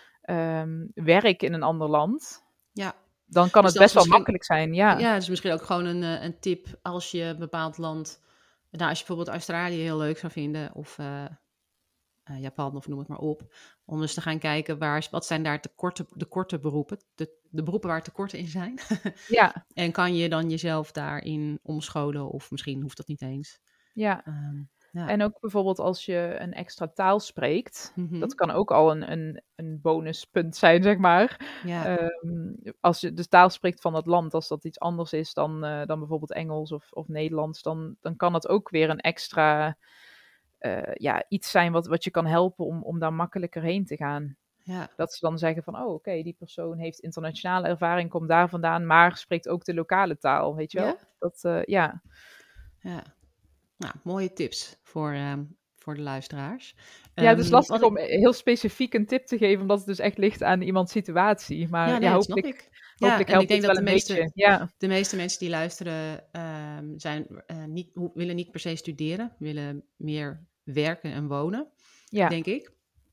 um, werk in een ander land? Ja. Dan kan dus het best wel makkelijk zijn, ja. Ja, het is misschien ook gewoon een, een tip als je een bepaald land, nou, als je bijvoorbeeld Australië heel leuk zou vinden, of uh, uh, Japan, of noem het maar op, om eens te gaan kijken, waar, wat zijn daar tekorten, de korte beroepen, de, de beroepen waar tekorten in zijn. Ja. En kan je dan jezelf daarin omscholen, of misschien hoeft dat niet eens. Ja. Um, ja, en ook bijvoorbeeld als je een extra taal spreekt, mm-hmm. dat kan ook al een, een, een bonuspunt zijn, zeg maar. Ja. Um, als je de taal spreekt van het land, als dat iets anders is dan, uh, dan bijvoorbeeld Engels of, of Nederlands, dan, dan kan dat ook weer een extra uh, ja, iets zijn wat, wat je kan helpen om, om daar makkelijker heen te gaan. Ja. Dat ze dan zeggen van, oh oké, okay, die persoon heeft internationale ervaring, komt daar vandaan, maar spreekt ook de lokale taal, weet je wel? Ja. Dat, uh, ja. Ja. Nou, mooie tips voor, um, voor de luisteraars. Ja, het is lastig um, om ik... heel specifiek een tip te geven, omdat het dus echt ligt aan iemands situatie. Maar ja, nee, ja hopelijk, ik. hopelijk ja, helpt en ik denk het dat wel de een meeste, beetje. Ja. de meeste mensen die luisteren um, zijn, uh, niet, willen niet per se studeren, willen meer werken en wonen, ja. denk ik.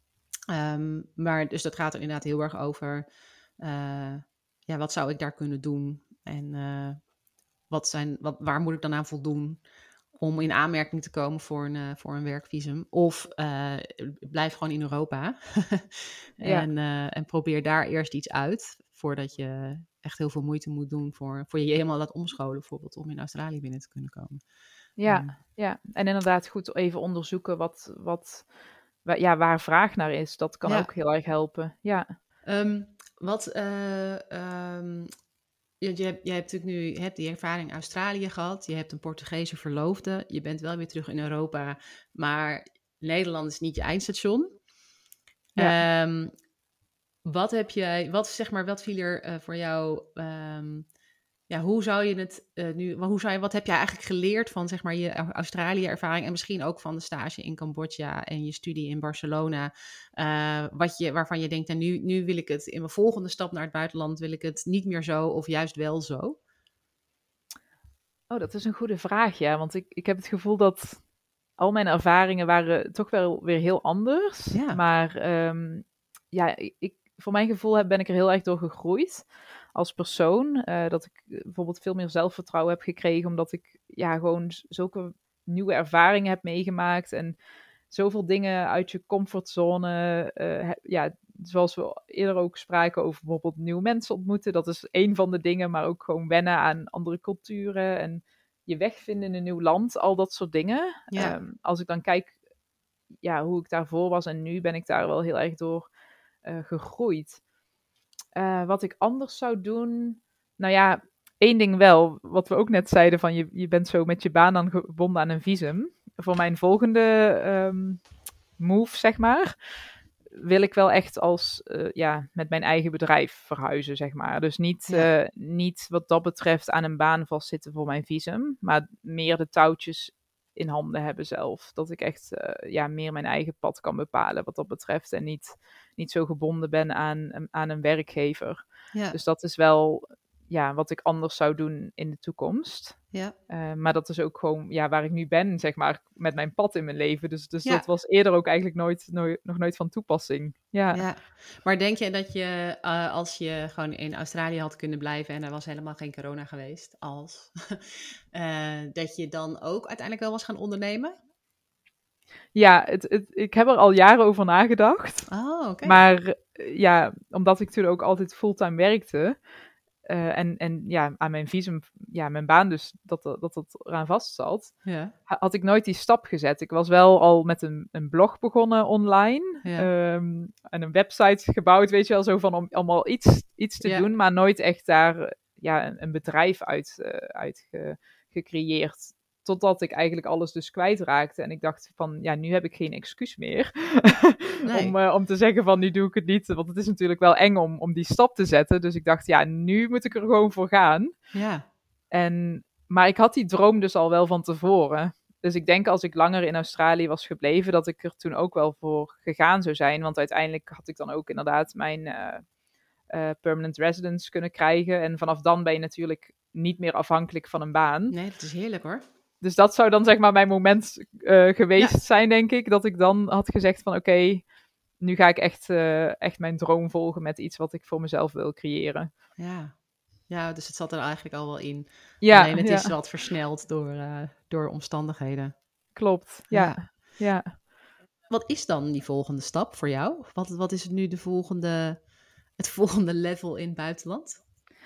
Um, maar dus dat gaat er inderdaad heel erg over, uh, ja, wat zou ik daar kunnen doen? En uh, wat zijn, wat, waar moet ik dan aan voldoen om in aanmerking te komen voor een, uh, voor een werkvisum? Of uh, blijf gewoon in Europa en, ja. uh, en probeer daar eerst iets uit, voordat je echt heel veel moeite moet doen voor, voor je je helemaal laat omscholen, bijvoorbeeld, om in Australië binnen te kunnen komen. Ja, um, ja. En inderdaad goed even onderzoeken wat, wat, waar, ja, waar vraag naar is. Dat kan ja. ook heel erg helpen. Ja. Um, wat... Uh, um, Je, je, hebt, je hebt natuurlijk nu je hebt die ervaring in Australië gehad. Je hebt een Portugese verloofde. Je bent wel weer terug in Europa. Maar Nederland is niet je eindstation. Ja. Um, wat heb jij, wat zeg maar, wat viel er uh, voor jou? Um, ja, hoe zou je het uh, nu? Hoe zou je, wat heb jij eigenlijk geleerd van zeg maar je Australië-ervaring en misschien ook van de stage in Cambodja en je studie in Barcelona? Uh, wat je, waarvan je denkt, en nu, nu wil ik het in mijn volgende stap naar het buitenland, wil ik het niet meer zo of juist wel zo? Oh, dat is een goede vraag, ja. Want ik, ik heb het gevoel dat al mijn ervaringen waren toch wel weer heel anders. Ja. Maar um, ja, ik, voor mijn gevoel ben ik er heel erg door gegroeid als persoon. Uh, dat ik bijvoorbeeld veel meer zelfvertrouwen heb gekregen, omdat ik ja gewoon zulke nieuwe ervaringen heb meegemaakt en zoveel dingen uit je comfortzone. Uh, he, ja, zoals we eerder ook spraken over bijvoorbeeld nieuwe mensen ontmoeten. Dat is één van de dingen, maar ook gewoon wennen aan andere culturen en je weg vinden in een nieuw land, al dat soort dingen. Ja. Um, als ik dan kijk ja, hoe ik daarvoor was en nu, ben ik daar wel heel erg door uh, gegroeid. Uh, wat ik anders zou doen, nou ja, één ding wel, wat we ook net zeiden, van je, je bent zo met je baan dan gebonden aan een visum. Voor mijn volgende um, move, zeg maar, wil ik wel echt als, uh, ja, met mijn eigen bedrijf verhuizen, zeg maar. Dus niet, ja. uh, niet wat dat betreft aan een baan vastzitten voor mijn visum, maar meer de touwtjes in handen hebben zelf. Dat ik echt uh, ja, meer mijn eigen pad kan bepalen wat dat betreft en niet, niet zo gebonden ben aan, aan een werkgever. Ja. Dus dat is wel ja, wat ik anders zou doen in de toekomst. Ja. Uh, maar dat is ook gewoon ja, waar ik nu ben, zeg maar, met mijn pad in mijn leven. Dus, dus ja. dat was eerder ook eigenlijk nooit, nooit, nog nooit van toepassing. Ja. Ja. Maar denk je dat je, uh, als je gewoon in Australië had kunnen blijven en er was helemaal geen corona geweest, als, uh, dat je dan ook uiteindelijk wel was gaan ondernemen? Ja, het, het, ik heb er al jaren over nagedacht. Oh, oké. Maar uh, ja, omdat ik toen ook altijd fulltime werkte. Uh, en, en ja, aan mijn visum, ja, mijn baan dus, dat dat, dat eraan vast zat. Ja. Had ik nooit die stap gezet. Ik was wel al met een, een blog begonnen online. Ja. Um, en een website gebouwd, weet je wel, zo van om allemaal iets, iets te Ja. doen. Maar nooit echt daar ja, een, een bedrijf uit, uh, uit ge, gecreëerd. Totdat ik eigenlijk alles dus kwijtraakte. En ik dacht van, ja, nu heb ik geen excuus meer. Nee. om, uh, om te zeggen van, nu doe ik het niet. Want het is natuurlijk wel eng om, om die stap te zetten. Dus ik dacht, ja, nu moet ik er gewoon voor gaan. Ja. En, maar ik had die droom dus al wel van tevoren. Dus ik denk als ik langer in Australië was gebleven, dat ik er toen ook wel voor gegaan zou zijn. Want uiteindelijk had ik dan ook inderdaad mijn uh, uh, permanent residence kunnen krijgen. En vanaf dan ben je natuurlijk niet meer afhankelijk van een baan. Nee, dat is heerlijk hoor. Dus dat zou dan zeg maar mijn moment uh, geweest ja. zijn, denk ik. Dat ik dan had gezegd van oké, okay, nu ga ik echt, uh, echt mijn droom volgen met iets wat ik voor mezelf wil creëren. Ja, ja, dus het zat er eigenlijk al wel in. Ja, Alleen het ja. is wat versneld door, uh, door omstandigheden. Klopt, ja. ja. ja. Wat is dan die volgende stap voor jou? Wat, wat is het nu de volgende, het volgende level in het buitenland?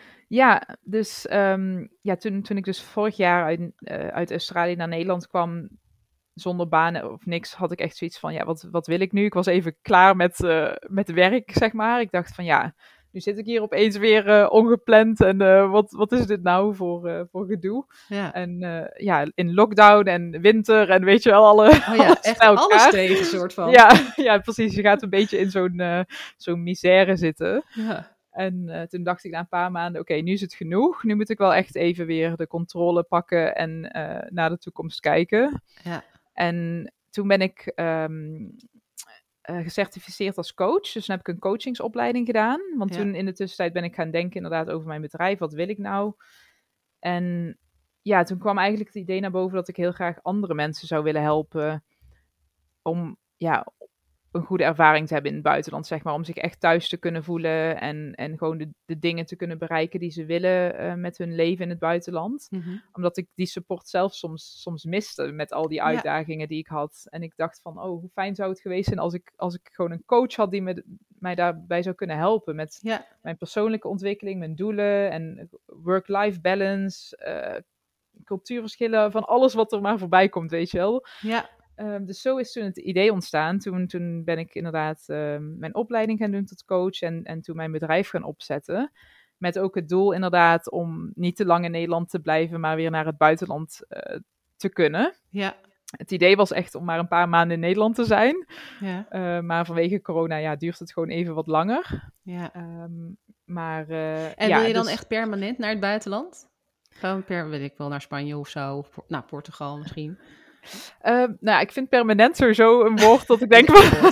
Ja, dus um, ja, toen, toen ik dus vorig jaar uit, uh, uit Australië naar Nederland kwam, zonder banen of niks, had ik echt zoiets van, ja, wat, wat wil ik nu? Ik was even klaar met, uh, met werk, zeg maar. Ik dacht van, ja, nu zit ik hier opeens weer uh, ongepland en uh, wat, wat is dit nou voor, uh, voor gedoe? Ja. En uh, ja, in lockdown en winter en weet je wel, alle, oh ja, alles echt bij elkaar. Alles tegen, soort van. Ja, ja, precies. Je gaat een beetje in zo'n, uh, zo'n misère zitten. Ja. En uh, toen dacht ik na een paar maanden, oké, okay, nu is het genoeg. Nu moet ik wel echt even weer de controle pakken en uh, naar de toekomst kijken. Ja. En toen ben ik um, uh, gecertificeerd als coach. Dus toen heb ik een coachingsopleiding gedaan. Want ja. toen in de tussentijd ben ik gaan denken inderdaad over mijn bedrijf. Wat wil ik nou? En ja, toen kwam eigenlijk het idee naar boven dat ik heel graag andere mensen zou willen helpen. Om ja, een goede ervaring te hebben in het buitenland, zeg maar. Om zich echt thuis te kunnen voelen en, en gewoon de, de dingen te kunnen bereiken die ze willen uh, met hun leven in het buitenland. Mm-hmm. Omdat ik die support zelf soms, soms miste met al die uitdagingen ja. die ik had. En ik dacht van, oh, hoe fijn zou het geweest zijn als ik, als ik gewoon een coach had die me, mij daarbij zou kunnen helpen. Met ja. mijn persoonlijke ontwikkeling, mijn doelen en work-life balance, uh, cultuurverschillen, van alles wat er maar voorbij komt, weet je wel. Ja. Um, dus zo is toen het idee ontstaan. Toen, toen ben ik inderdaad um, mijn opleiding gaan doen tot coach en, en toen mijn bedrijf gaan opzetten. Met ook het doel inderdaad om niet te lang in Nederland te blijven, maar weer naar het buitenland uh, te kunnen. Ja. Het idee was echt om maar een paar maanden in Nederland te zijn. Ja. Uh, maar vanwege corona ja, duurt het gewoon even wat langer. Ja. Um, maar, uh, en ja, wil je dan dus... echt permanent naar het buitenland? Gewoon per, weet ik wel, naar Spanje of zo. Of, nou, Portugal misschien. Uh, nou ja, ik vind permanent sowieso een woord dat ik denk van...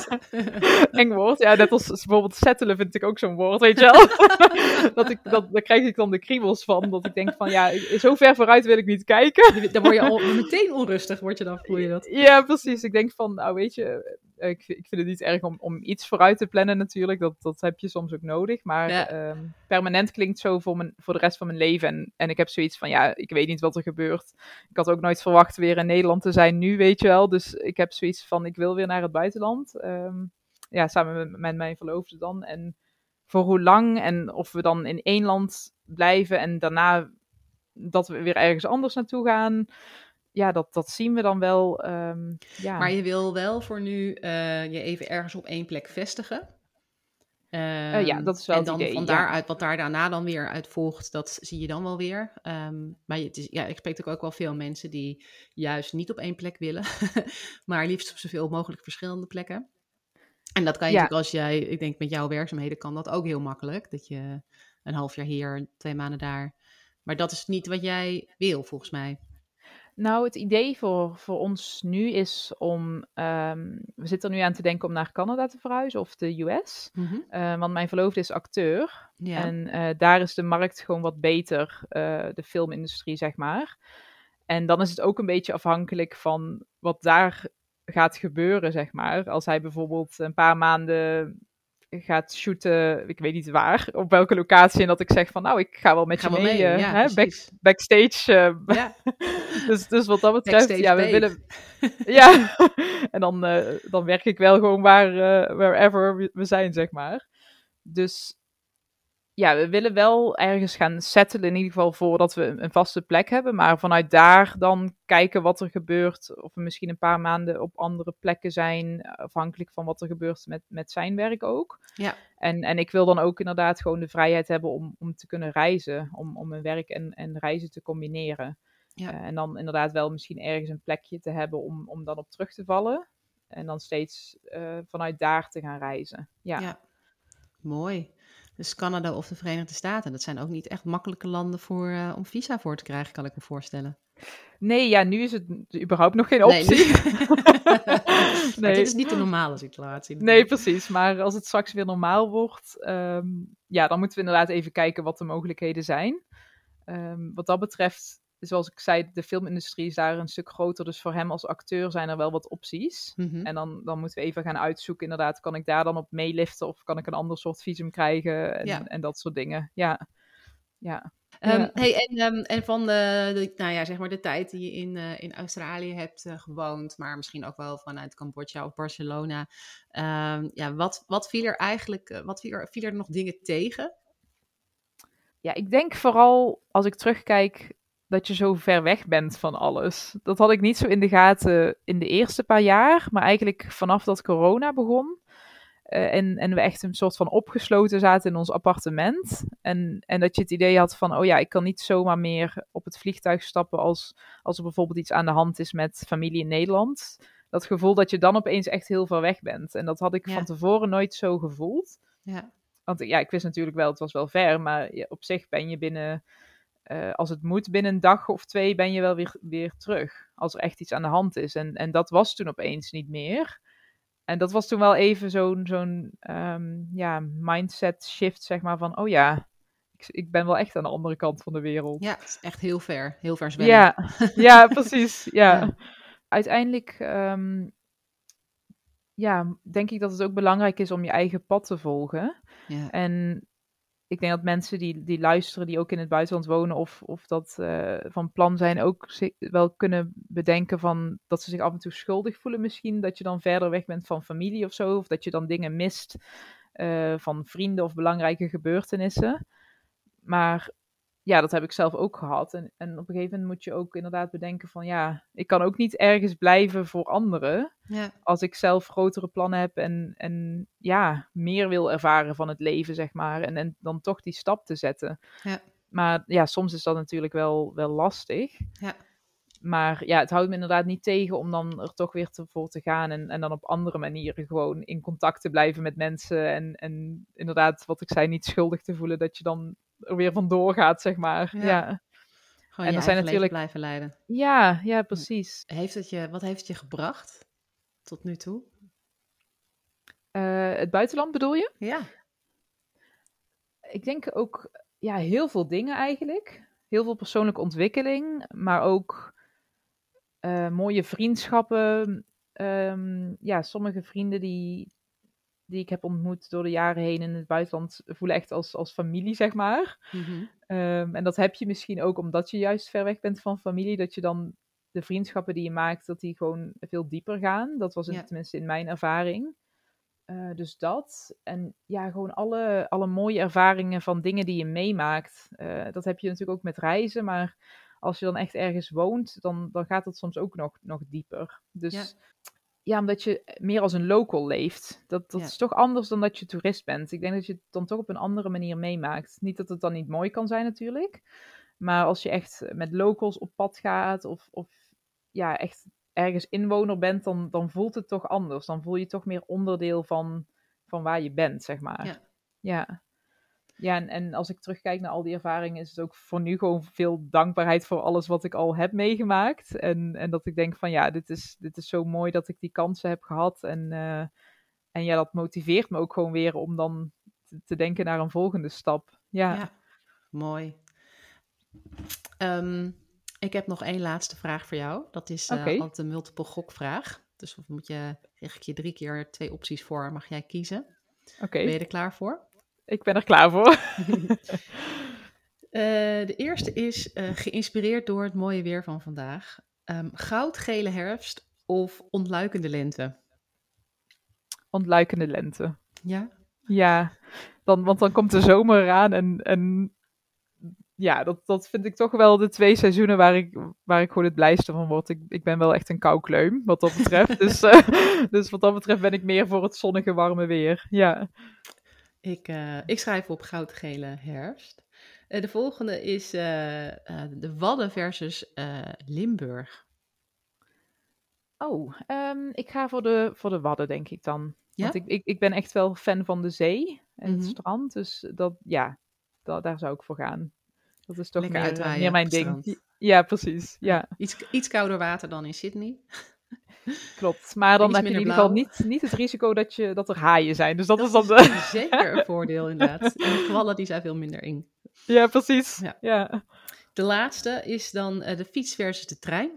eng woord. Ja, net als bijvoorbeeld settelen vind ik ook zo'n woord, weet je wel. dat ik, dat, daar krijg ik dan de kriebels van. Dat ik denk van, ja, zo ver vooruit wil ik niet kijken. Dan word je al meteen onrustig, word je dan, voel je dat? Ja, precies. Ik denk van, nou weet je... Ik, ik vind het niet erg om, om iets vooruit te plannen natuurlijk. Dat, dat heb je soms ook nodig. Maar ja. um, permanent klinkt zo voor, mijn, voor de rest van mijn leven. En, en ik heb zoiets van, ja, ik weet niet wat er gebeurt. Ik had ook nooit verwacht weer in Nederland te zijn nu, weet je wel. Dus ik heb zoiets van, ik wil weer naar het buitenland. Um, ja, samen met, met mijn verloofde dan. En voor hoe lang en of we dan in één land blijven en daarna dat we weer ergens anders naartoe gaan... Ja, dat, dat zien we dan wel. Um, ja. Maar je wil wel voor nu uh, je even ergens op één plek vestigen. Um, uh, ja, dat is wel en dan het idee. Van daaruit, ja. Wat daar daarna dan weer uit volgt, dat zie je dan wel weer. Um, maar het is, ja, ik spreek ook wel veel mensen die juist niet op één plek willen. maar liefst op zoveel mogelijk verschillende plekken. En dat kan je ja. natuurlijk als jij, ik denk met jouw werkzaamheden kan dat ook heel makkelijk. Dat je een half jaar hier, twee maanden daar. Maar dat is niet wat jij wil, volgens mij. Nou, het idee voor, voor ons nu is om... Um, we zitten er nu aan te denken om naar Canada te verhuizen of de U S. Mm-hmm. Uh, want mijn verloofde is acteur. Ja. En uh, daar is de markt gewoon wat beter. Uh, de filmindustrie, zeg maar. En dan is het ook een beetje afhankelijk van wat daar gaat gebeuren, zeg maar. Als hij bijvoorbeeld een paar maanden gaat shooten, ik weet niet waar, op welke locatie. En dat ik zeg van, nou, ik ga wel met Ga je wel mee. mee, uh, ja, hè, back, backstage. Uh, ja. dus, dus wat dat betreft, Backstage ja, we babe. willen... ja, en dan, uh, dan werk ik wel gewoon waar, uh, wherever we, we zijn, zeg maar. Dus ja, we willen wel ergens gaan settelen, in ieder geval voordat we een vaste plek hebben. Maar vanuit daar dan kijken wat er gebeurt. Of we misschien een paar maanden op andere plekken zijn. Afhankelijk van wat er gebeurt met, met zijn werk ook. Ja. En, en ik wil dan ook inderdaad gewoon de vrijheid hebben om, om te kunnen reizen. Om, om mijn werk en, en reizen te combineren. Ja. Uh, en dan inderdaad wel misschien ergens een plekje te hebben om, om dan op terug te vallen. En dan steeds uh, vanuit daar te gaan reizen. Ja, ja. Mooi. Dus Canada of de Verenigde Staten, dat zijn ook niet echt makkelijke landen voor, uh, om visa voor te krijgen, kan ik me voorstellen. Nee, ja, nu is het überhaupt nog geen optie. Nee, nee. Maar dit is niet de normale situatie. Nee, precies. Maar als het straks weer normaal wordt, um, ja, dan moeten we inderdaad even kijken wat de mogelijkheden zijn. Um, wat dat betreft, zoals ik zei, de filmindustrie is daar een stuk groter. Dus voor hem als acteur zijn er wel wat opties. Mm-hmm. En dan, dan moeten we even gaan uitzoeken, inderdaad, kan ik daar dan op meeliften of kan ik een ander soort visum krijgen en, ja. en dat soort dingen. Ja, ja. Um, ja. Hey, en, um, en van de, de, nou ja, zeg maar de tijd die je in, uh, in Australië hebt uh, gewoond, maar misschien ook wel vanuit Cambodja of Barcelona. Um, ja, wat, wat viel er eigenlijk, uh, wat viel er, viel er nog dingen tegen? Ja, ik denk vooral als ik terugkijk dat je zo ver weg bent van alles. Dat had ik niet zo in de gaten in de eerste paar jaar, maar eigenlijk vanaf dat corona begon. Uh, en, en we echt een soort van opgesloten zaten in ons appartement. En, en dat je het idee had van, oh ja, ik kan niet zomaar meer op het vliegtuig stappen als, als er bijvoorbeeld iets aan de hand is met familie in Nederland. Dat gevoel dat je dan opeens echt heel ver weg bent. En dat had ik ja. van tevoren nooit zo gevoeld. Ja. Want ja, ik wist natuurlijk wel, het was wel ver, maar ja, op zich ben je binnen, uh, als het moet, binnen een dag of twee ben je wel weer, weer terug. Als er echt iets aan de hand is. En, en dat was toen opeens niet meer. En dat was toen wel even zo'n, zo'n um, ja, mindset shift, zeg maar, van, oh ja, ik, ik ben wel echt aan de andere kant van de wereld. Ja, het is echt heel ver, heel ver zwemmen. Ja, ja precies, ja. ja. Uiteindelijk, um, ja, denk ik dat het ook belangrijk is om je eigen pad te volgen. Ja. En ik denk dat mensen die, die luisteren, die ook in het buitenland wonen of, of dat uh, van plan zijn, ook wel kunnen bedenken van dat ze zich af en toe schuldig voelen misschien. Dat je dan verder weg bent van familie of zo. Of dat je dan dingen mist uh, van vrienden of belangrijke gebeurtenissen. Maar ja, dat heb ik zelf ook gehad. En, en op een gegeven moment moet je ook inderdaad bedenken van ja, ik kan ook niet ergens blijven voor anderen. Ja. Als ik zelf grotere plannen heb en, en ja, meer wil ervaren van het leven, zeg maar. En, en dan toch die stap te zetten. Ja. Maar ja, soms is dat natuurlijk wel, wel lastig. Ja. Maar ja, het houdt me inderdaad niet tegen om dan er toch weer te, voor te gaan. En, en dan op andere manieren gewoon in contact te blijven met mensen. En, en inderdaad, wat ik zei, niet schuldig te voelen dat je dan er weer vandoor gaat, zeg maar. Ja. ja. Gewoon en je er zijn natuurlijk blijven leiden. Ja, ja, precies. Heeft het je, wat heeft het je gebracht tot nu toe? Uh, het buitenland bedoel je? Ja. Ik denk ook, ja, heel veel dingen eigenlijk. Heel veel persoonlijke ontwikkeling, maar ook uh, mooie vriendschappen. Um, ja, sommige vrienden die, die ik heb ontmoet door de jaren heen in het buitenland voelen echt als, als familie, zeg maar. Mm-hmm. Um, en dat heb je misschien ook omdat je juist ver weg bent van familie, dat je dan de vriendschappen die je maakt, dat die gewoon veel dieper gaan. Dat was in, ja. tenminste in mijn ervaring. Uh, dus dat. En ja, gewoon alle, alle mooie ervaringen van dingen die je meemaakt. Uh, dat heb je natuurlijk ook met reizen, maar als je dan echt ergens woont, dan, dan gaat het soms ook nog, nog dieper. Dus ja. ja, omdat je meer als een local leeft. Dat, dat ja. is toch anders dan dat je toerist bent. Ik denk dat je het dan toch op een andere manier meemaakt. Niet dat het dan niet mooi kan zijn natuurlijk. Maar als je echt met locals op pad gaat of, of ja, echt ergens inwoner bent, dan, dan voelt het toch anders. Dan voel je toch meer onderdeel van, van waar je bent, zeg maar. Ja, ja. ja en, en als ik terugkijk naar al die ervaringen, is het ook voor nu gewoon veel dankbaarheid voor alles wat ik al heb meegemaakt. En, en dat ik denk van ja, dit is, dit is zo mooi dat ik die kansen heb gehad. En, uh, en ja, dat motiveert me ook gewoon weer om dan te, te denken naar een volgende stap. Ja, ja. Mooi. Um... Ik heb nog één laatste vraag voor jou. Dat is uh, okay. altijd een multiple gokvraag. Dus moet je, zeg ik je drie keer twee opties voor, mag jij kiezen. Oké. Okay. Ben je er klaar voor? Ik ben er klaar voor. uh, de eerste is uh, geïnspireerd door het mooie weer van vandaag. Um, goudgele herfst of ontluikende lente? Ontluikende lente. Ja? Ja, dan, want dan komt de zomer eraan en, en ja, dat, dat vind ik toch wel de twee seizoenen waar ik, waar ik gewoon het blijste van word. Ik, ik ben wel echt een koukleum wat dat betreft. dus, uh, dus wat dat betreft ben ik meer voor het zonnige, warme weer. Ja. Ik, uh, ik schrijf op goudgele herfst. Uh, de volgende is uh, uh, de Wadden versus uh, Limburg. Oh, um, ik ga voor de, voor de Wadden, denk ik dan. Ja? Want ik, ik, ik ben echt wel fan van de zee en Mm-hmm. het strand. Dus dat, ja, dat, daar zou ik voor gaan. Dat is toch meer, meer, meer mijn ding. Ja, precies. Ja. Iets, iets kouder water dan in Sydney. Klopt, maar dan Iets heb je in ieder blauw. geval niet, niet het risico dat, je, dat er haaien zijn. Dus dat, dat is dan is de... zeker een voordeel inderdaad. En de kwallen die zijn veel minder eng. Ja, precies. Ja. Ja. De laatste is dan uh, de fiets versus de trein.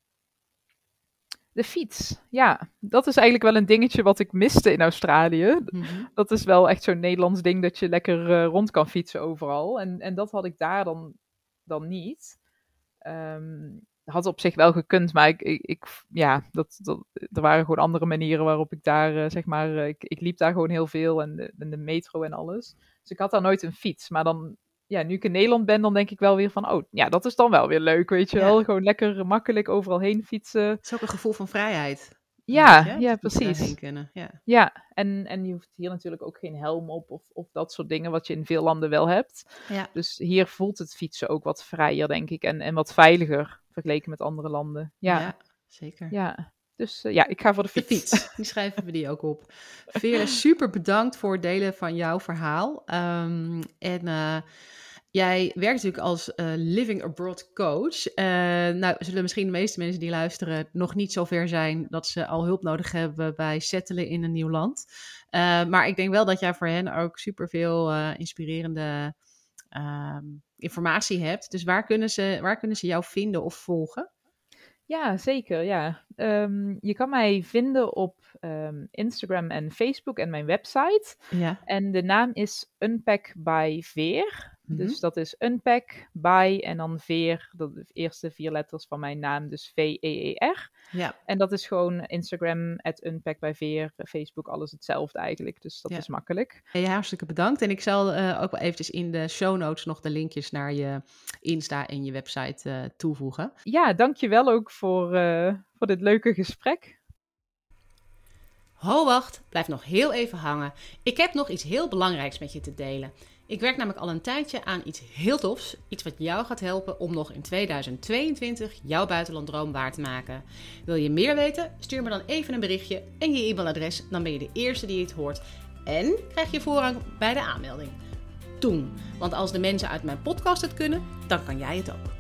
De fiets, ja. Dat is eigenlijk wel een dingetje wat ik miste in Australië. Mm-hmm. Dat is wel echt zo'n Nederlands ding dat je lekker uh, rond kan fietsen overal. En, en dat had ik daar dan, dan niet. Um, had op zich wel gekund, maar ik, ik, ik, ja, dat, dat, er waren gewoon andere manieren waarop ik daar, uh, zeg maar, uh, ik, ik liep daar gewoon heel veel en de, en de metro en alles. Dus ik had daar nooit een fiets, maar dan, ja, nu ik in Nederland ben, dan denk ik wel weer van, oh, ja, dat is dan wel weer leuk, weet je ja. wel. Gewoon lekker makkelijk overal heen fietsen. Het is ook een gevoel van vrijheid. Ja, je, ja, precies. Heen kunnen. Ja, ja en, en je hoeft hier natuurlijk ook geen helm op of, of dat soort dingen wat je in veel landen wel hebt. Ja. Dus hier voelt het fietsen ook wat vrijer, denk ik, en, en wat veiliger vergeleken met andere landen. Ja, ja zeker. Ja, dus uh, ja, ik ga voor de fiets. De fiets, die schrijven we die ook op. Veerle, super bedankt voor het delen van jouw verhaal. Um, en... Uh, Jij werkt natuurlijk als uh, Living Abroad coach. Uh, nou, zullen misschien de meeste mensen die luisteren nog niet zo ver zijn dat ze al hulp nodig hebben bij settelen in een nieuw land. Uh, maar ik denk wel dat jij voor hen ook superveel uh, inspirerende uh, informatie hebt. Dus waar kunnen ze, waar kunnen ze jou vinden of volgen? Ja, zeker. Ja. Um, je kan mij vinden op um, Instagram en Facebook en mijn website. Ja. En de naam is Unpack by Veer. Mm-hmm. Dus dat is Unpack by en dan Veer, dat de eerste vier letters van mijn naam, dus V E E R. Ja. En dat is gewoon Instagram, at Unpack by Veer, Facebook, alles hetzelfde eigenlijk. Dus dat ja. is makkelijk. Hey, hartstikke bedankt. En ik zal uh, ook wel eventjes in de show notes nog de linkjes naar je Insta en je website uh, toevoegen. Ja, dankjewel ook voor, uh, voor dit leuke gesprek. Ho, wacht. Blijf nog heel even hangen. Ik heb nog iets heel belangrijks met je te delen. Ik werk namelijk al een tijdje aan iets heel tofs. Iets wat jou gaat helpen om nog in tweeduizend tweeëntwintig jouw buitenlanddroom waar te maken. Wil je meer weten? Stuur me dan even een berichtje en je e-mailadres. Dan ben je de eerste die het hoort. En krijg je voorrang bij de aanmelding. Doen. Want als de mensen uit mijn podcast het kunnen, dan kan jij het ook.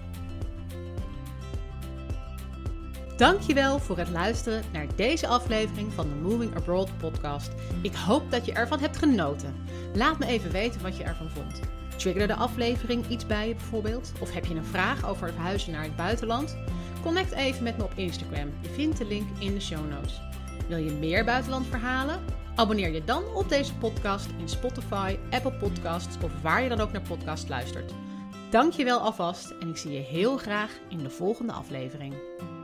Dankjewel voor het luisteren naar deze aflevering van de Moving Abroad podcast. Ik hoop dat je ervan hebt genoten. Laat me even weten wat je ervan vond. Triggerde de aflevering iets bij je bijvoorbeeld? Of heb je een vraag over verhuizen naar het buitenland? Connect even met me op Instagram. Je vindt de link in de show notes. Wil je meer buitenlandverhalen? Abonneer je dan op deze podcast in Spotify, Apple Podcasts of waar je dan ook naar podcast luistert. Dankjewel alvast en ik zie je heel graag in de volgende aflevering.